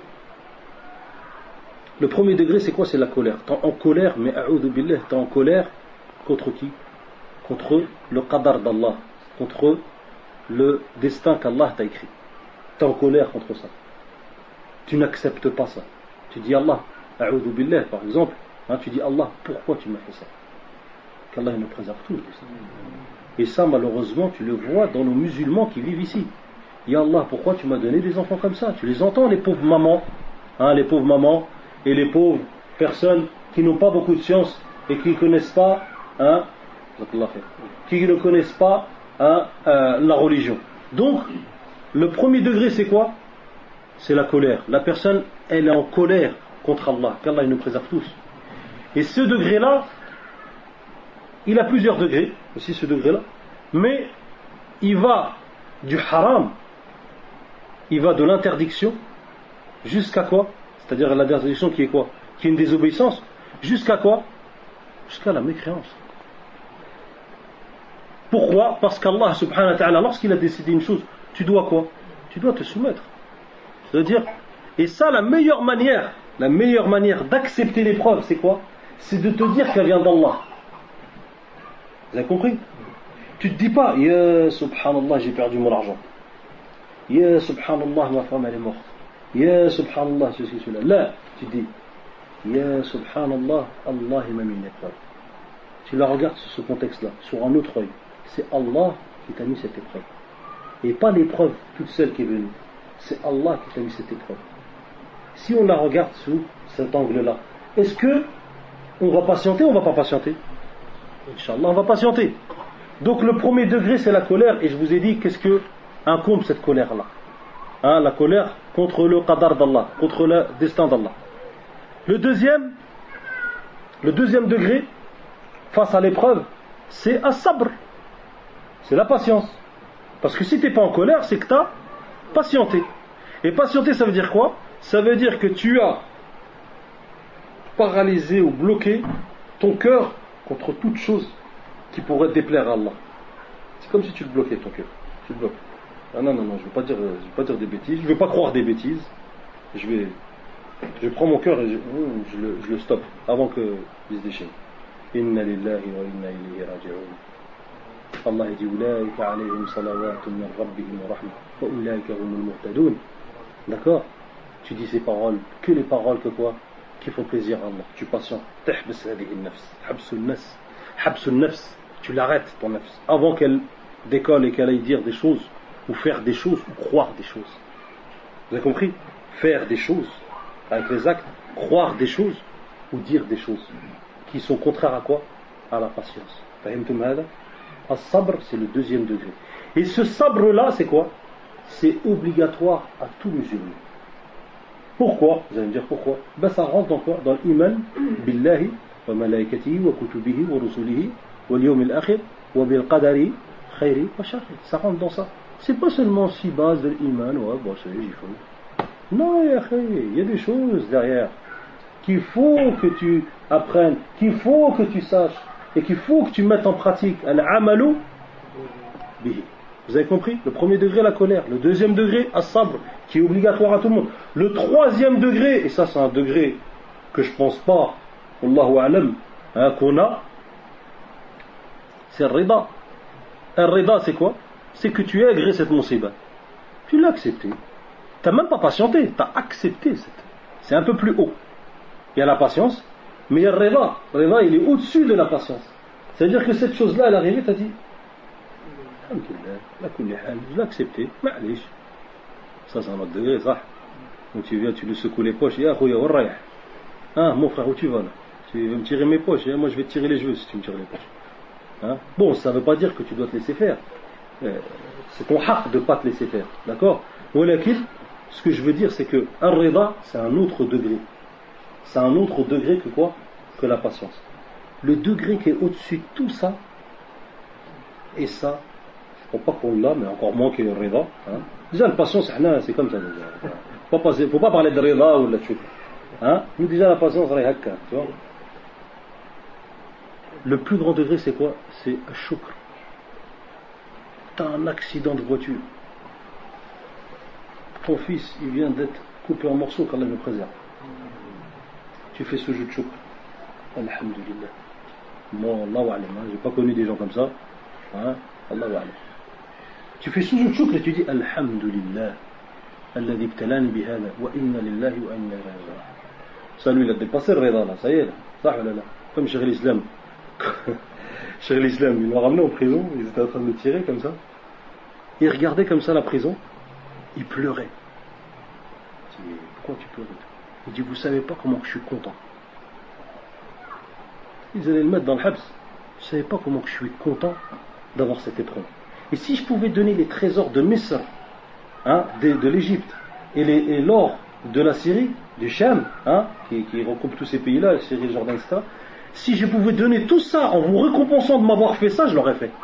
Le premier degré, c'est quoi? C'est la colère. T'es en colère, mais a'udhu billah, t'es en colère contre qui? Contre le qadar d'Allah, contre le destin qu'Allah t'a écrit. T'es en colère contre ça. Tu n'acceptes pas ça. Tu dis Allah, a'udhu billah, par exemple, hein, tu dis Allah, pourquoi tu m'as fait ça? Qu'Allah nous préserve tous de ça. Et ça, malheureusement, tu le vois dans nos musulmans qui vivent ici. Ya Allah, pourquoi tu m'as donné des enfants comme ça? Tu les entends, les pauvres mamans, hein, les pauvres mamans et les pauvres personnes qui n'ont pas beaucoup de science et qui ne connaissent pas, hein, qui ne connaissent pas hein, euh, la religion. Donc, le premier degré, c'est quoi? C'est la colère. La personne, elle est en colère contre Allah, qu'Allah il nous préserve tous. Et ce degré-là, il a plusieurs degrés, aussi ce degré-là, mais il va du haram, il va de l'interdiction, jusqu'à quoi? C'est-à-dire l'interdiction qui est quoi? Qui est une désobéissance, jusqu'à quoi? Jusqu'à la mécréance. Pourquoi? Parce qu'Allah subhanahu wa ta'ala, lorsqu'il a décidé une chose, tu dois quoi? Tu dois te soumettre. C'est-à-dire, et ça, la meilleure manière, la meilleure manière d'accepter l'épreuve, c'est quoi? C'est de te dire qu'elle vient d'Allah. Vous avez compris? Tu te dis pas, ya subhanallah, j'ai perdu mon argent. Ya subhanallah, ma femme elle est morte. Ya subhanallah, ceci, cela. Là, tu dis, ya subhanallah, Allah il m'a mis une épreuve. tu la regardes sur ce contexte-là, sur un autre œil. C'est Allah qui t'a mis cette épreuve. Et pas l'épreuve toute seule qui est venue. C'est Allah qui t'a mis cette épreuve. Si on la regarde sous cet angle-là, est-ce que on va patienter ou on va pas patienter? Inch'Allah, on va patienter. Donc le premier degré, c'est la colère. Et je vous ai dit, qu'est-ce que incombe cette colère-là, hein, la colère contre le qadar d'Allah, contre le destin d'Allah. Le deuxième, le deuxième degré, face à l'épreuve, c'est as-sabr. C'est la patience. Parce que si tu n'es pas en colère, c'est que tu as patienté. Et patienter, ça veut dire quoi? Ça veut dire que tu as paralysé ou bloqué ton cœur contre toute chose qui pourrait déplaire à Allah. C'est comme si tu le bloquais, ton cœur. Tu le bloques. Ah non, non, non, je ne veux pas dire, je veux pas dire des bêtises. Je ne veux pas croire des bêtises. Je vais, je prends mon cœur et je, je, le, je le stoppe avant qu'il se déchaîne. Inna lillahi wa inna ilayhi raji'un. Allah dit Ulaika alayhim salawatun min rabbihim wa rahmah wa ulaika humul muhtadun. D'accord? Tu dis ces paroles, que les paroles que quoi? Qui font plaisir à Allah. Tu patientes. Tahbis hadihi an-nafs. Habsul nafs. Habsul nafs. Tu l'arrêtes ton nafs avant qu'elle décolle et qu'elle aille dire des choses ou faire des choses ou croire des choses. Vous avez compris? Faire des choses avec les actes, croire des choses ou dire des choses qui sont contraires à quoi? À la patience. Fahimtum hada? As-sabr, c'est le deuxième degré. Et ce sabre-là, c'est quoi? C'est obligatoire à tout musulman. Pourquoi? Vous allez me dire pourquoi? Ben ça rentre dans quoi? Dans l'iman billahi wa malaikatihi wa kutubihi wa rusulihi wa liyawm al-akhir wa bil qadari khayri wa sharri. Ça rentre dans ça. C'est pas seulement si base de l'iman, ouais, bon, c'est j'y faut. Non, il y a des choses derrière qu'il faut que tu apprennes, qu'il faut que tu saches et qu'il faut que tu mettes en pratique. Al-amalu bihi. Vous avez compris? Le premier degré, la colère. Le deuxième degré, as-sabr, qui est obligatoire à tout le monde. Le troisième degré, et ça c'est un degré que je pense pas, Allahu a'lam, hein, qu'on a, c'est le rida. Un rida, c'est quoi? C'est que tu aies agréé cette musiba. Tu l'as accepté. Tu n'as même pas patienté, tu as accepté. Cette... C'est un peu plus haut. Il y a la patience, mais il y a le rida. Le rida, il est au-dessus de la patience. C'est-à-dire que cette chose-là, elle est arrivée, tu as dit Alhamdulillah, je l'ai accepté, ma'alish. Ça, c'est un autre degré, ça. Donc tu viens, tu lui secoues les poches, ya khouya warrayah. Hein, mon frère, où tu vas là? Tu veux me tirer mes poches, hein? Moi je vais te tirer les cheveux si tu me tires les poches. Hein? Bon, ça ne veut pas dire que tu dois te laisser faire. Euh, c'est ton haq de ne pas te laisser faire. D'accord? Walakil, ce que je veux dire, c'est que ar-rida, c'est un autre degré. C'est un autre degré que quoi? Que la patience. Le degré qui est au-dessus de tout ça, et ça, je ne crois pas qu'on l'a, mais encore moins que le rida. Hein? Déjà, la patience, c'est comme ça. Il ne faut pas parler de rida ou de truc. Hein? Nous, déjà, la patience, c'est hakka. Tu vois? Le plus grand degré, c'est quoi? C'est un shukr. Tu as un accident de voiture. Ton fils, il vient d'être coupé en morceaux, qu'Allah me préserve. Tu fais ce jeu de shukr. Alhamdulillah. Moi, Allahu a'lam. Je n'ai pas connu des gens comme ça. Hein? Allahu a'lam. Tu fais sujud shukr et tu dis Alhamdulillah alladhi ibtalani bihada wa inna lillahi wa inna ilayhi raji'un. Ça lui il a dépassé le rida là, ça y est là. Ça ou là là. Comme Cheikh l'Islam. Cheikh l'Islam, ils l'ont ramené en prison, ils étaient en train de le tirer comme ça. Il regardait comme ça la prison, il pleurait. Je dis, mais pourquoi tu pleures? Il dit, vous savez pas comment je suis content. Ils allaient le mettre dans le habs. Vous savez pas comment je suis content d'avoir cette épreuve. Et si je pouvais donner les trésors de Misr, hein, de, de l'Égypte, et, les, et l'or de la Syrie, du Sham, hein, qui, qui regroupe tous ces pays-là, la Syrie, le Jordan, et cetera, si je pouvais donner tout ça en vous récompensant de m'avoir fait ça, je l'aurais fait.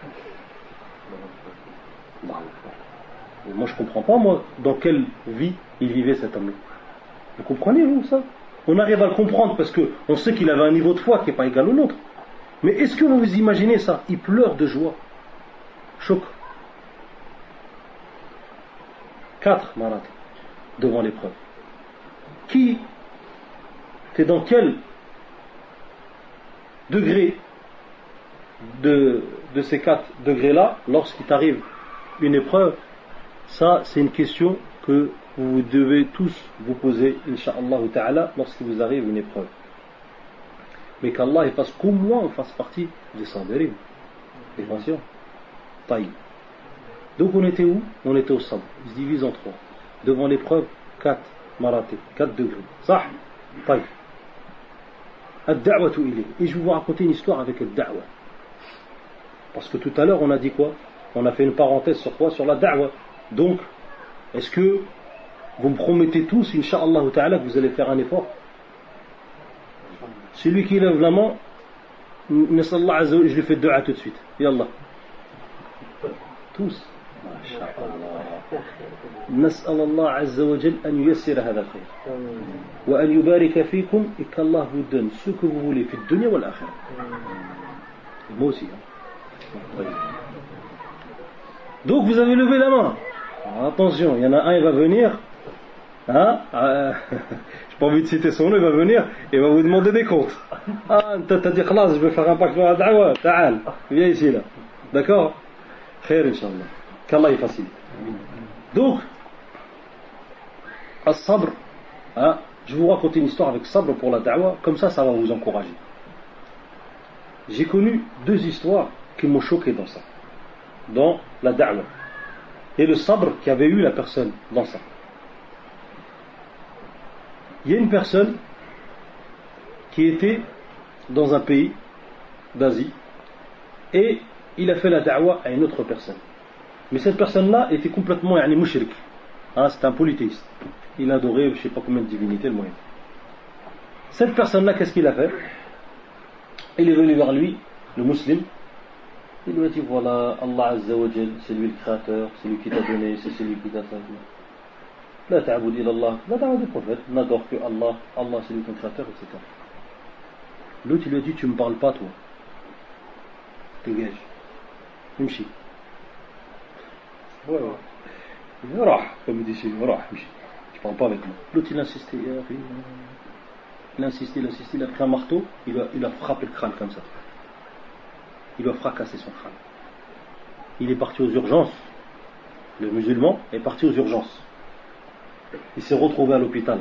Et moi, je ne comprends pas, moi, dans quelle vie il vivait cet homme-là. Vous comprenez, vous, ça? On arrive à le comprendre parce qu'on sait qu'il avait un niveau de foi qui n'est pas égal au nôtre. Mais est-ce que vous vous imaginez ça? Il pleure de joie. Choc. Quatre malades devant l'épreuve. Qui, t'es dans quel degré de, de ces quatre degrés-là lorsqu'il t'arrive une épreuve? Ça, c'est une question que vous devez tous vous poser, Inch'Allah ta'ala, lorsqu'il vous arrive une épreuve. mais qu'Allah fasse qu'au moins on fasse partie des sabirin, des patients. Taïb. Donc on était où? On était au sabr. Il se divise en trois. Devant l'épreuve, quatre maratés, quatre degrés. Sah? Taïb. Ad-da'watu ilayh. Et je vais vous raconter une histoire avec ad-da'wa. Parce que tout à l'heure on a dit quoi? On a fait une parenthèse sur quoi? Sur la da'wa. Donc, est-ce que vous me promettez tous, Inch'Allah ta'ala, que vous allez faire un effort? Celui qui lève la main, je lui fais dua tout de suite. Yallah. Tous. نسأل الله عز وجل أن ييسر هذا الخير وأن يبارك فيكم et qu'Allah vous donne ce que vous voulez في الدنيا والآخرة. Moi aussi. Donc vous avez levé la main. Attention, il y en a un, il va venir. Hein euh, j'ai pas envie de citer son nom, il va venir et va vous demander des comptes. Ah, t'as dit خلاص, je vais faire un pacte pour la da'wa. Ta'al, viens ici là. D'accord? Khair, Inch'Allah. Qu'Allah est facile. Donc, as-sabr, hein, je vais vous raconter une histoire avec sabr pour la da'wa, comme ça, ça va vous encourager. J'ai connu deux histoires qui m'ont choqué dans ça, dans la da'wa, et le sabr qu'avait eu la personne dans ça. Il y a une personne qui était dans un pays d'Asie, et il a fait la da'wa à une autre personne. Mais cette personne-là était complètement yani, mushrik. Hein, c'est un polythéiste. Il adorait je ne sais pas combien de divinités le moyen. Cette personne-là, qu'est-ce qu'il a fait? Il est venu vers lui, le musulman. Il lui a dit voilà, Allah Azza wa Jal, c'est lui le créateur, c'est lui qui t'a donné, c'est celui qui t'a fait. La ta'bud ila Allah, la ta'bud du prophète, n'adore que Allah, Allah c'est lui ton créateur, et cetera. L'autre il lui a dit tu me parles pas toi. Dégage. Mimchi. Ouais, ouais. Rah, comme il dit chez lui, rah, tu parles pas avec moi. L'autre il a insisté, il a insisté, il a insisté, il a pris un marteau, il a, il a frappé le crâne comme ça. Il a fracassé son crâne. Il est parti aux urgences. Le musulman est parti aux urgences. Il s'est retrouvé à l'hôpital.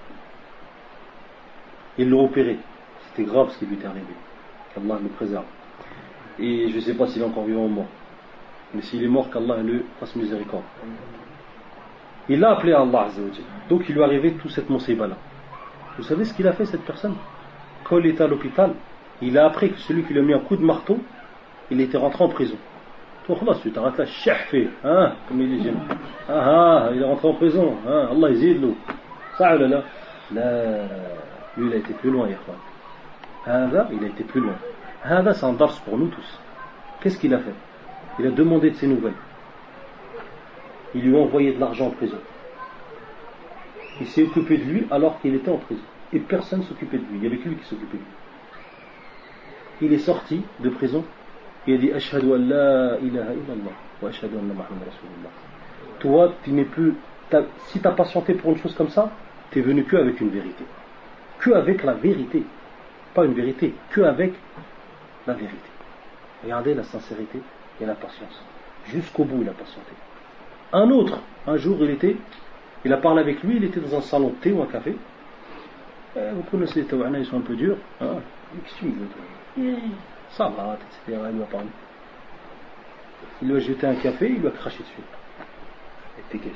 Ils l'ont opéré. C'était grave ce qui lui était arrivé. Qu'Allah le préserve. Et je ne sais pas s'il est encore vivant ou mort. Mais s'il est mort, qu'Allah le fasse miséricorde. Il a appelé Allah Azza wa Jalla. Donc il lui est arrivé toute cette musiba-là. Vous savez ce qu'il a fait cette personne? Quand il était à l'hôpital, il a appris que celui qui lui a mis un coup de marteau, il était rentré en prison. Toi, là, tu t'arrêtes là, chahfé, hein, comme il dit. Ah ah, il est rentré en prison, hein, Allah yazid l'eau. Ça, là, là. Là, lui, il a été plus loin, Yahwan. Hada, il a été plus loin. Hada, c'est un dars pour nous tous. Qu'est-ce qu'il a fait? Il a demandé de ses nouvelles. Il lui a envoyé de l'argent en prison. Il s'est occupé de lui alors qu'il était en prison. Et personne ne s'occupait de lui. Il n'y avait que lui qui s'occupait de lui. Il est sorti de prison. Il a dit Ashhadu an la ilaha illallah wa ashhadu anna Muhammad Rasulullah. Toi, tu n'es plus. T'as, si tu as patienté pour une chose comme ça, tu es venu que avec une vérité. Que avec la vérité. Pas une vérité, que avec la vérité. Regardez la sincérité et la patience. Jusqu'au bout, il a patienté. Un autre, un jour, il était, il a parlé avec lui, il était dans un salon de thé ou un café. Eh, vous connaissez les Tawana, ils sont un peu durs. Hein? Qu'est-ce que tu veux? Ça va, et cetera. Il lui a parlé. Il lui a jeté un café, il lui a craché dessus. Et dégage.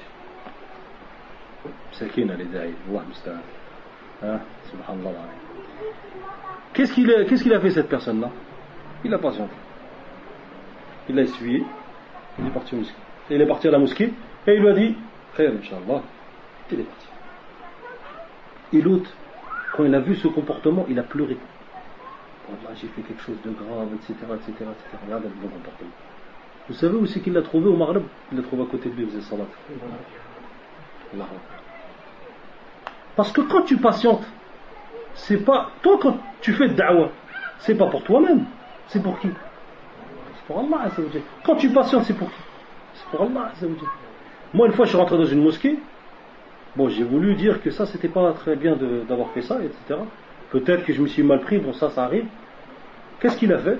Sakina les daïs, Allah musta'an. Hein? Subhanallah. Qu'est-ce qu'il a, qu'est-ce qu'il a fait cette personne-là? Il a patienté. Il l'a essuyé, il est parti au mosquée. Et il est parti à la mosquée et il lui a dit Khair, Inch'Allah. Il est parti. Et l'autre, quand il a vu ce comportement, il a pleuré. Wallah, j'ai fait quelque chose de grave, et cetera, et cetera, et cetera. Regarde le bon comportement. Vous savez où c'est qu'il l'a trouvé au Maghreb? Il l'a trouvé à côté de lui, il faisait salat. Allah. Parce que quand tu patientes, c'est pas. Toi, quand tu fais de da'wa, c'est pas pour toi-même, c'est pour qui? C'est pour Allah Azza wa Jalla. Quand tu patientes, c'est pour qui? C'est pour Allah Azza wa Jalla. Moi, une fois, je suis rentré dans une mosquée. Bon, j'ai voulu dire que ça, c'était pas très bien de, d'avoir fait ça, et cetera. Peut-être que je me suis mal pris, bon, ça, ça arrive. Qu'est-ce qu'il a fait?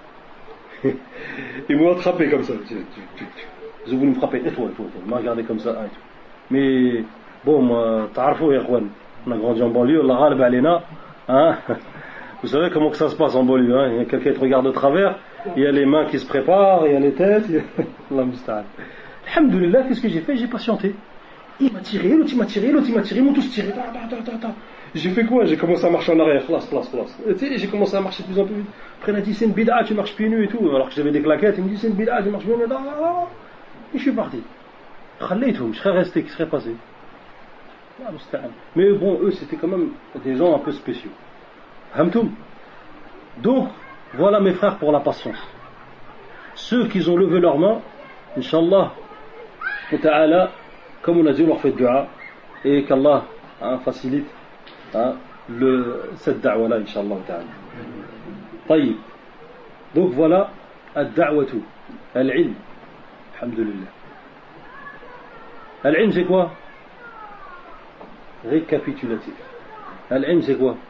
Il m'a attrapé comme ça. Je voulais me frapper. Et toi, et toi, et toi. Il m'a regardé comme ça. Et tout. Mais, bon, moi, ta'arfou, ya khwan. On a grandi en banlieue, Allah ghalib alena. Hein? Vous savez comment que ça se passe en Bolivie, hein? Il y a quelqu'un qui te regarde de travers, il y a les mains qui se préparent, il y a les têtes. Allah musta'an. Alhamdulillah, qu'est-ce que j'ai fait? J'ai patienté. Il m'a tiré, l'autre il m'a tiré, l'autre il m'a tiré, ils m'ont tous tiré. Ta, ta, ta, ta, ta. J'ai fait quoi? J'ai commencé à marcher en arrière, place, place, place. Tu sais, j'ai commencé à marcher de plus en plus vite. Après, il a dit c'est une bid'a, tu marches pieds nus et tout. Alors que j'avais des claquettes, il me dit c'est une bid'a, tu marches pieds nus. Et je suis parti. Je serais resté, qui serait passé. Mais bon, eux c'était quand même des gens un peu spéciaux. Hamtoum. Donc, voilà mes frères pour la patience. Ceux qui ont levé leurs mains, Inch'Allah, ta'ala, comme on a dit, on leur fait dua et qu'Allah hein, facilite hein, le, cette da'wa là, Inch'Allah ta'ala. طيب. Donc voilà, ad-da'watu, al-ilm, alhamdulillah. Al-ilm c'est quoi? Récapitulatif. Al-ilm c'est quoi?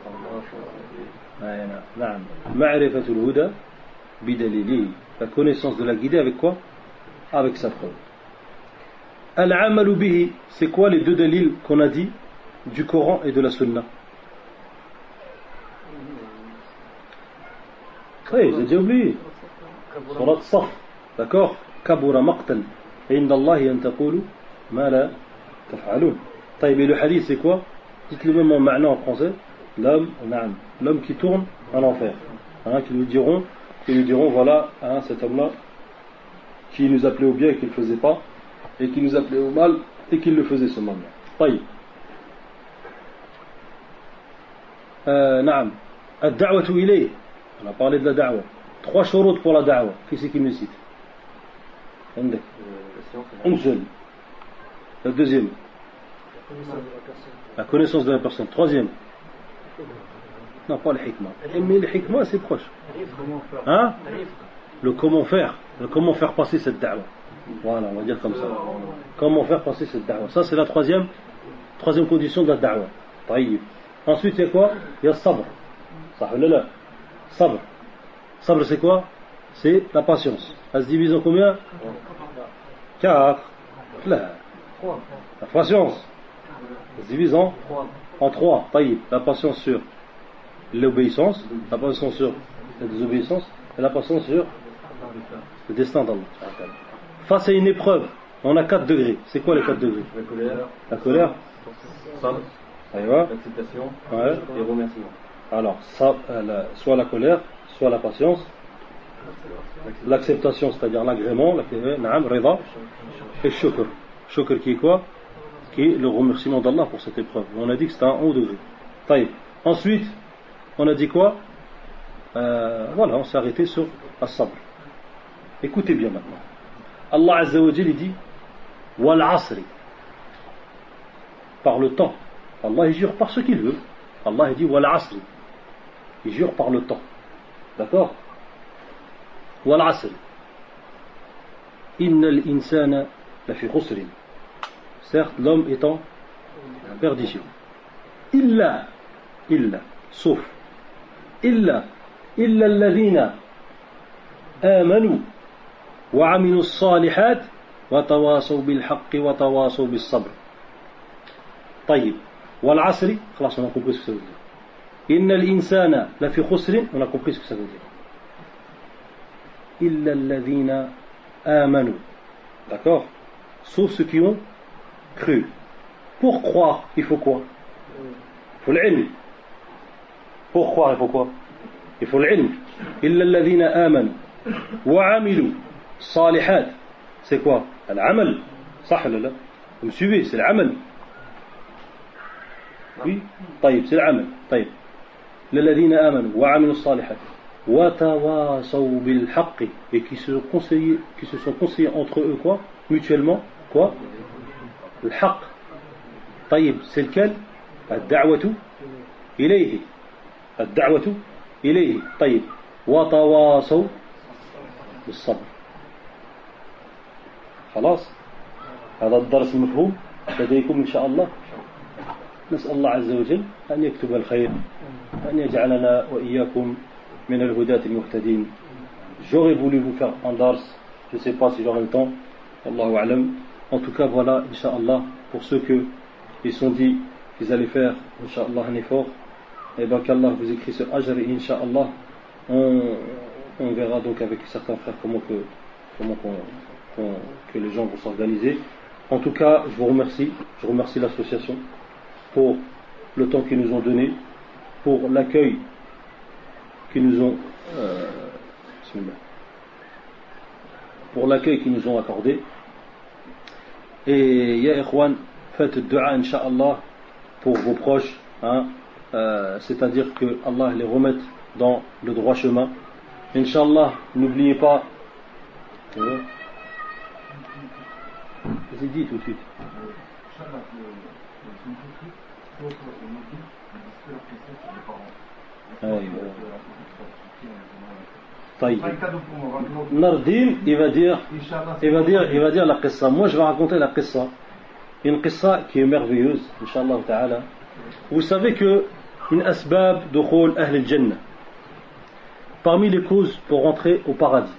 نعم معرفة الهدى بدليله. La connaissance de la guidée avec quoi? Avec sa preuve. Al-amalu bihi, c'est quoi les deux dalils qu'on a dit du Coran et de la Sunna? Oui, j'ai déjà oublié. Surat Saf, d'accord? Kabura maqtan inda Allahi an taqulu ma la taf'alun. طيب, et le hadith c'est quoi? Dites-le même en ma'na en français. L'homme, l'homme qui tourne en enfer. Hein, qui lui diront, qui lui diront voilà, hein, cet homme-là qui nous appelait au bien et qui ne le faisait pas, et qui nous appelait au mal et qui le faisait ce mal-là. طيب. Euh, نعم. الدعوة إليه. On a parlé de la da'wa. Trois shurut pour la da'wa. Qui c'est qui me cite? عندك. Une seule. La deuxième. La connaissance de la personne. Troisième. Non, pas le hikmah. Mais le hikmah, c'est proche. Hein? Le comment faire. Le comment faire passer cette da'wa. Voilà, on va dire comme ça. Comment faire passer cette da'wa. Ça, c'est la troisième, troisième condition de la da'wa. طيب. Ensuite, il y a quoi? Il y a sabr. Ça, là, sabr. Sabr, c'est quoi? C'est la patience. Elle se divise en combien? Quatre. Là. La patience. Elle se divise en En trois, طيب, la patience sur l'obéissance, la patience sur la désobéissance et la patience sur le destin d'Allah. Face à une épreuve, on a quatre degrés. C'est quoi les quatre degrés? La colère, la colère, l'acceptation ouais. et le remerciement. Alors, ça, la, soit la colère, soit la patience, l'acceptation, c'est-à-dire l'agrément, na'am, rida, et shukr. Shukr qui est quoi? Qui est le remerciement d'Allah pour cette épreuve. On a dit que c'était un haut degré. Taïb. Ensuite, on a dit quoi? euh, Voilà, on s'est arrêté sur as-sabr. Écoutez bien maintenant. Allah Azza wa Jalla dit wal asri, par le temps. Allah il jure par ce qu'il veut. Allah il dit wal asri, il jure par le temps. D'accord? Wal asri innal insana lafi khusrin. Certes, l'homme est en perdition. Illa, illa, sauf. Illa, illa alladhina amanu wa aminu as-salihat wa tawasaw bil haqqi wa tawasaw bis sabr. طيب. Wal asri, خلاص, on a compris ce que ça veut dire. Inna al-insana lafi khusrin, on a compris ce que ça veut dire. Illa alladhina amanu. D'accord? Sauf ceux qui ont cru. Pour croire, il faut quoi? Il faut l'ilm. Pour croire, il faut quoi? Il faut l'ilm. Illa alladhina amanu wa amilu salihat. C'est quoi? L'amal. صح ولا لا? Vous me suivez? C'est l'amal. Oui. طيب, c'est l'amal. طيب. للذين آمنوا وعملوا الصالحات وتواصوا بالحق, et qui se sont conseillés, qui se sont conseillés entre eux quoi? Mutuellement quoi? الحق. طيب, c'est lequel? الدعوة إليه. الدعوة إليه. طيب. وتواصوا بالصبر. خلاص, هذا الدرس مفهوم لديكم إن شاء الله. نسأل الله عز وجل أن يكتب الخير, أن يجعلنا وإياكم من الهداة المهتدين. J'aurais voulu vous faire un dars, je ne sais pas si j'aurai le temps, Allahu a'lam. En tout cas, voilà, Inch'Allah, pour ceux qui se sont dit qu'ils allaient faire, Inch'Allah, un effort et ben qu'Allah vous écrit ce ajr et Inch'Allah on, on verra donc avec certains frères comment que, comment qu'on, qu'on, que les gens vont s'organiser. En tout cas, je vous remercie, je remercie l'association pour le temps qu'ils nous ont donné, pour l'accueil qu'ils nous ont euh, pour l'accueil qu'ils nous ont accordé. Et ya ikhwan, faites dua Inch'Allah pour vos proches, hein, euh, c'est-à-dire que Allah les remette dans le droit chemin. Inch'Allah, n'oubliez pas. J'ai dit tout de suite. Nardim, il va dire, il va dire, il va dire la qissa. Moi, je vais raconter la qissa. Une qissa qui est merveilleuse, Inch'Allah ta'ala. Vous savez que une asbab de khul ahl al-jannah, parmi les causes pour rentrer au paradis,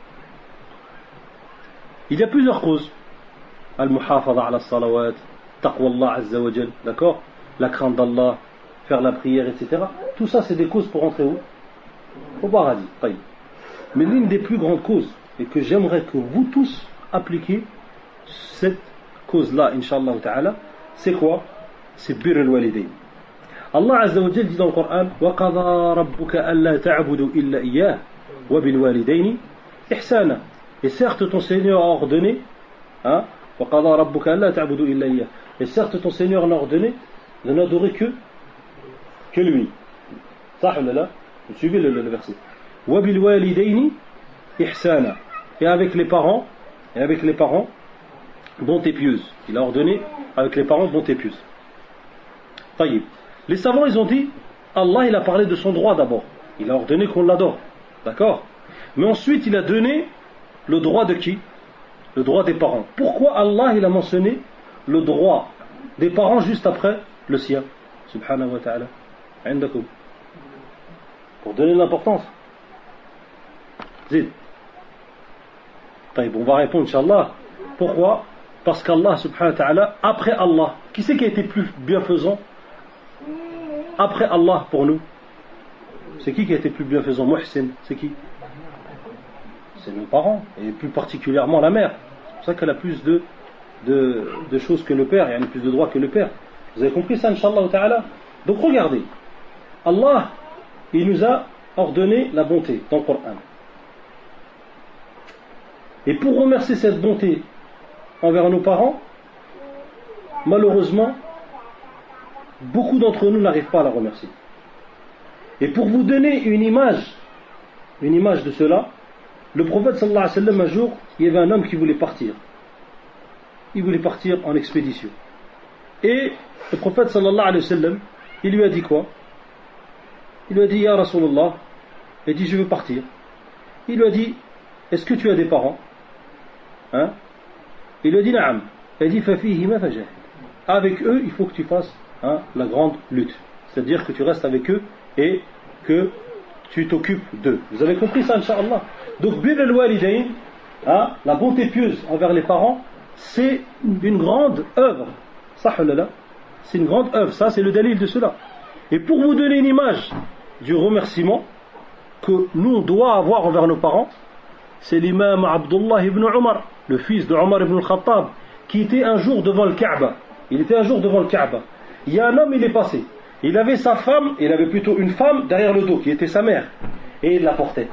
il y a plusieurs causes. Al-muhafadha ala salawat, taqwa Allah azza wa jal, d'accord, la crainte d'Allah, faire la prière, et cetera. Tout ça, c'est des causes pour rentrer où? Au paradis. Mais l'une des plus grandes causes, et que j'aimerais que vous tous appliquiez cette cause-là, Inch'Allah ta'ala, c'est quoi? C'est bir al-walidayn. Allah azza wa jal dit dans le Coran: wa qadha rabbuka alla ta'budu illa iyyah wa bil walidayni ihsana. Et certes, ton Seigneur a ordonné, hein, wa qadha rabbuka alla ta'budu illa iyyah. Et certes, ton Seigneur a ordonné de n'adorer que que lui. Ça, là, vous suivez le, le, le verset. Wa bil walidayni ihsana. Et avec les parents, et avec les parents, bonté et pieuse. Il a ordonné avec les parents bonté et pieuse. Taïb. Les savants, ils ont dit, Allah, il a parlé de son droit d'abord. Il a ordonné qu'on l'adore. D'accord? Mais ensuite, il a donné le droit de qui? Le droit des parents. Pourquoi Allah, il a mentionné le droit des parents juste après le sien? Subhanahu wa ta'ala. Indakum. Pour donner l'importance. Zid. Taïb, on va répondre, Inch'Allah. Pourquoi? Parce qu'Allah, subhanahu wa ta'ala, après Allah, qui c'est qui a été plus bienfaisant après Allah pour nous? C'est qui qui a été plus bienfaisant? Muhsin, c'est qui? C'est nos parents, et plus particulièrement la mère. C'est pour ça qu'elle a plus de, de, de choses que le père, et elle a plus de droits que le père. Vous avez compris ça, Inch'Allah ta'ala? Donc regardez, Allah, il nous a ordonné la bonté dans le Coran. Et pour remercier cette bonté envers nos parents, malheureusement, beaucoup d'entre nous n'arrivent pas à la remercier. Et pour vous donner une image, une image de cela, le prophète sallallahu alayhi wa sallam, un jour, il y avait un homme qui voulait partir. Il voulait partir en expédition. Et le prophète sallallahu alayhi wa sallam, il lui a dit quoi? Il lui a dit: Ya Rasulallah, il dit: je veux partir. Il lui a dit: est-ce que tu as des parents? Hein? Il lui a dit: Naam. Il a dit: Fafihi ma fajahid. Avec eux, il faut que tu fasses, hein, la grande lutte. C'est-à-dire que tu restes avec eux et que tu t'occupes d'eux. Vous avez compris ça, Inch'Allah? Donc, bir al-walidayn, hein, la bonté pieuse envers les parents, c'est une grande œuvre. Sahulala. C'est une grande œuvre. Ça, c'est le dalil de cela. Et pour vous donner une image du remerciement que nous, on doit avoir envers nos parents, c'est l'imam Abdullah ibn Omar, le fils de Omar ibn al-Khattab, qui était un jour devant le Kaaba. Il était un jour devant le Kaaba. Il y a un homme, il est passé. Il avait sa femme, il avait plutôt une femme derrière le dos, qui était sa mère. Et il la portait.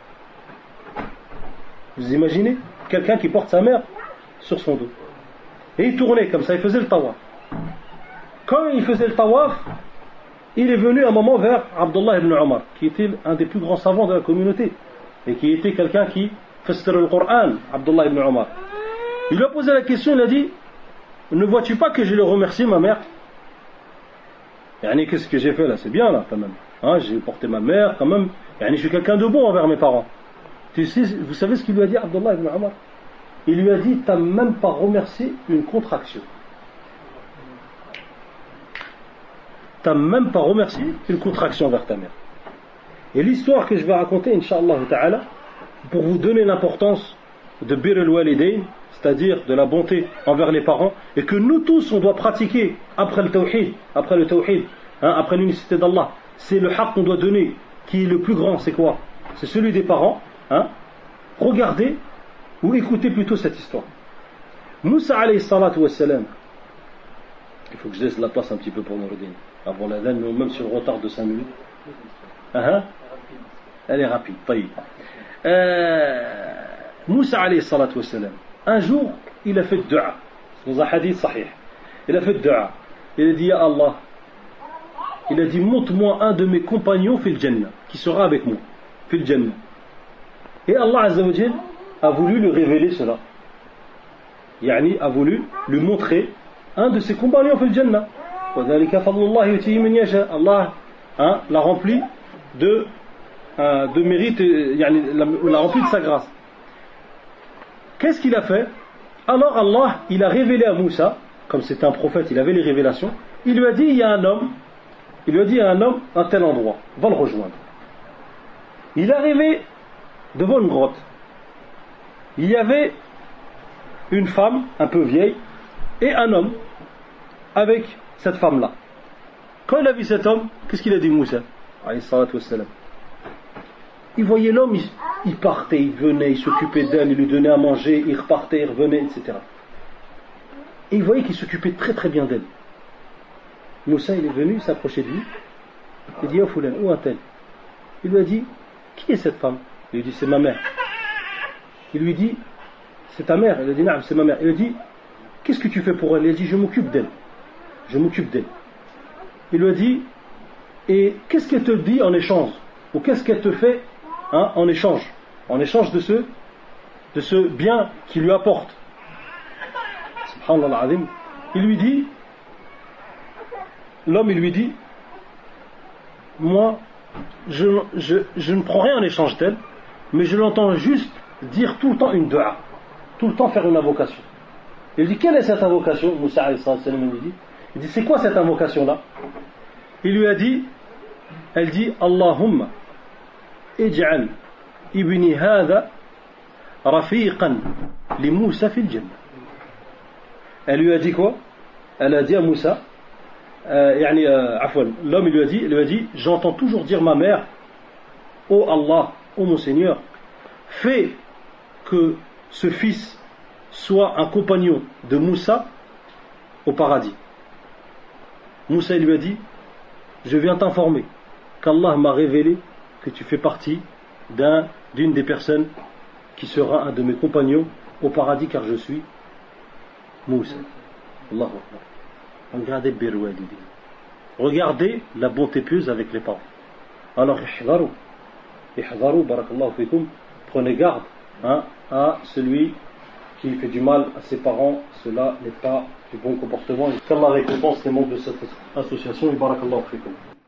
Vous imaginez? Quelqu'un qui porte sa mère sur son dos. Et il tournait comme ça, il faisait le tawaf. Quand il faisait le tawaf, il est venu un moment vers Abdullah ibn Omar, qui était un des plus grands savants de la communauté, et qui était quelqu'un qui faisait le Coran, Abdullah ibn Omar. Il lui a posé la question, il a dit: ne vois-tu pas que je le remercie, ma mère? Yani, qu'est-ce que j'ai fait là? C'est bien là quand même. Hein, j'ai porté ma mère quand même. Yani, je suis quelqu'un de bon envers mes parents. Tu sais, vous savez ce qu'il lui a dit, Abdullah ibn Omar? Il lui a dit: t'as même pas remercié une contraction. T'as même pas remercié une contraction vers ta mère. Et l'histoire que je vais raconter, Inch'Allah ta'ala, pour vous donner l'importance de bir al-walidayn, c'est-à-dire de la bonté envers les parents, et que nous tous on doit pratiquer après le tawhid, après le tawhid, hein, après l'unicité d'Allah, c'est le haqq qu'on doit donner, qui est le plus grand, c'est quoi? C'est celui des parents. Hein? Regardez ou écoutez plutôt cette histoire. Moussa alayhi salatu wassalam, il faut que je laisse la place un petit peu pour Noureddin avant l'adhan, même sur le retard de cinq minutes. Uh-huh. Elle est rapide. Euh, Moussa alayhi salatu wassalam, un jour il a fait dua dans un hadith sahih. Il a fait dua. Il a dit ya Allah, il a dit montre-moi un de mes compagnons fil Jannah qui sera avec moi fil Jannah. Et Allah Azza wa Jal a voulu lui révéler cela. Yani a voulu lui montrer un de ses compagnons fil Jannah. Allah hein, l'a rempli de, euh, de mérite, yani, l'a rempli de sa grâce. Qu'est-ce qu'il a fait? Alors Allah, il a révélé à Moussa, comme c'était un prophète, il avait les révélations, il lui a dit, il y a un homme, il lui a dit, il y a un homme à un tel endroit, va le rejoindre. Il est arrivé devant une grotte. Il y avait une femme, un peu vieille, et un homme, avec cette femme-là. Quand il a vu cet homme, qu'est-ce qu'il a dit Moussa? Il voyait l'homme, il, il partait, il venait, il s'occupait d'elle, il lui donnait à manger, il repartait, il revenait, et cetera. Et il voyait qu'il s'occupait très très bien d'elle. Moussa, il est venu, il s'approchait de lui, il dit, oh Foulen, où un-t-elle? Il lui a dit, qui est cette femme? Il lui dit, c'est ma mère. Il lui dit, c'est ta mère? Il a dit, non, c'est ma mère. Il lui a dit, qu'est-ce que tu fais pour elle? Il a dit, je m'occupe d'elle. Je m'occupe d'elle. Il lui a dit, et qu'est-ce qu'elle te dit en échange? Ou qu'est-ce qu'elle te fait hein, en échange? En échange de ce, de ce bien qu'il lui apporte. Subhanallah al-Azim. Il lui dit, l'homme il lui dit, moi, je, je, je ne prends rien en échange d'elle, mais je l'entends juste dire tout le temps une dua, tout le temps faire une invocation. Il dit, quelle est cette invocation? Moussa alayhi salam lui dit, il dit, c'est quoi cette invocation-là? Il lui a dit, elle dit, Allahumma ij'al ibni hadha rafiqan li Moussa fil Jannah. Elle lui a dit quoi? Elle a dit à Moussa, euh, yani, euh, afwan, l'homme il lui a dit, il lui a dit, j'entends toujours dire ma mère, ô Allah, ô mon Seigneur, fais que ce fils soit un compagnon de Moussa au paradis. Moussa il lui a dit, je viens t'informer qu'Allah m'a révélé que tu fais partie d'un, d'une des personnes qui sera un de mes compagnons au paradis car je suis Moussa. Allahu Akbar. Regardez Birwalidi. Regardez la bonté pieuse avec les parents. Alors, ihdaru, ihdaru, barakallahu fikum, prenez garde hein, à celui qui fait du mal à ses parents. Cela n'est pas du bon comportement. Qu'Allah récompense les membres de cette association. Barakallahu fikum.